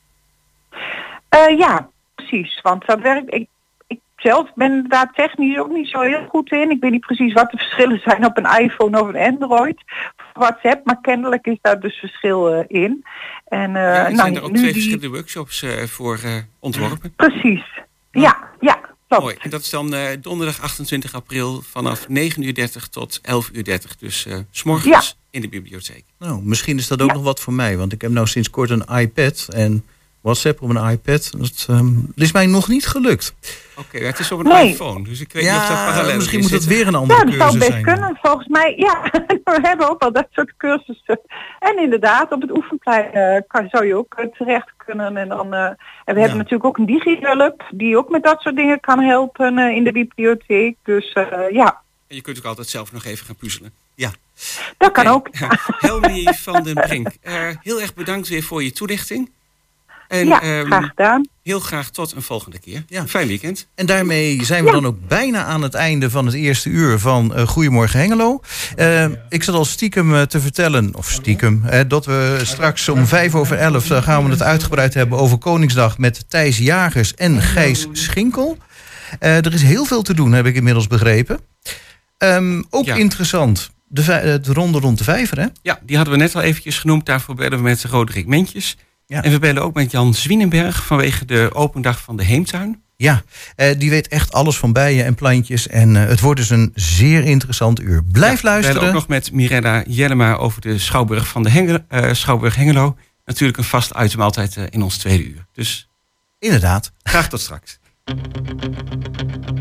Uh, ja, precies. Want dat werkt. Ik, ik zelf ben daar technisch ook niet zo heel goed in. Ik weet niet precies wat de verschillen zijn op een iPhone of een Android. WhatsApp, maar kennelijk is daar dus verschil uh, in. En, uh, ja, er nou, zijn er ook twee die... verschillende workshops uh, voor uh, ontworpen. Precies. Ja, ja. ja. Klopt. Mooi. En dat is dan uh, donderdag achtentwintig april vanaf negen uur dertig tot elf uur dertig. Dus uh, 's morgens ja. in de bibliotheek. Nou, misschien is dat ook ja. nog wat voor mij. Want ik heb nou sinds kort een iPad en WhatsApp op een iPad. Dat um, is mij nog niet gelukt. Oké, okay, het is op een nee. iPhone. Dus ik weet ja, niet of dat parallel misschien is. moet het weer een andere ja, cursus zijn. Ja, dat zou best kunnen. Volgens mij, ja. We hebben ook al dat soort cursussen. En inderdaad, op het oefenplein uh, kan, zou je ook uh, terecht kunnen. En, dan, uh, en we ja. hebben natuurlijk ook een DigiHulp die ook met dat soort dingen kan helpen uh, in de bibliotheek. Dus uh, ja. En je kunt ook altijd zelf nog even gaan puzzelen. Ja. Dat kan Okay. ook. Helmie van den Brink, uh, heel erg bedankt weer voor je toelichting. En, ja, um, graag gedaan. Heel graag tot een volgende keer. Ja. Fijn weekend. En daarmee zijn we Ja. dan ook bijna aan het einde van het eerste uur van uh, Goedemorgen Hengelo. Uh, ik zat al stiekem uh, te vertellen, of stiekem, uh, dat we straks om vijf over elf uh, gaan we het uitgebreid hebben over Koningsdag met Thijs Jagers en Gijs Schinkel. Uh, er is heel veel te doen, heb ik inmiddels begrepen. Um, ook Ja. interessant, de, vij- uh, de ronde rond de vijver, hè? Ja, die hadden we net al eventjes genoemd. Daarvoor bellen we met Roderick Mentjes. Ja. En we bellen ook met Jan Zwienenberg vanwege de open dag van de Heemtuin. Ja, uh, die weet echt alles van bijen en plantjes. En uh, het wordt dus een zeer interessant uur. Blijf Ja, we luisteren. bellen ook nog met Mirella Jellema over de Schouwburg van de Hengelo, uh, Schouwburg Hengelo. Natuurlijk een vast item altijd uh, in ons tweede uur. Dus Inderdaad. graag tot straks.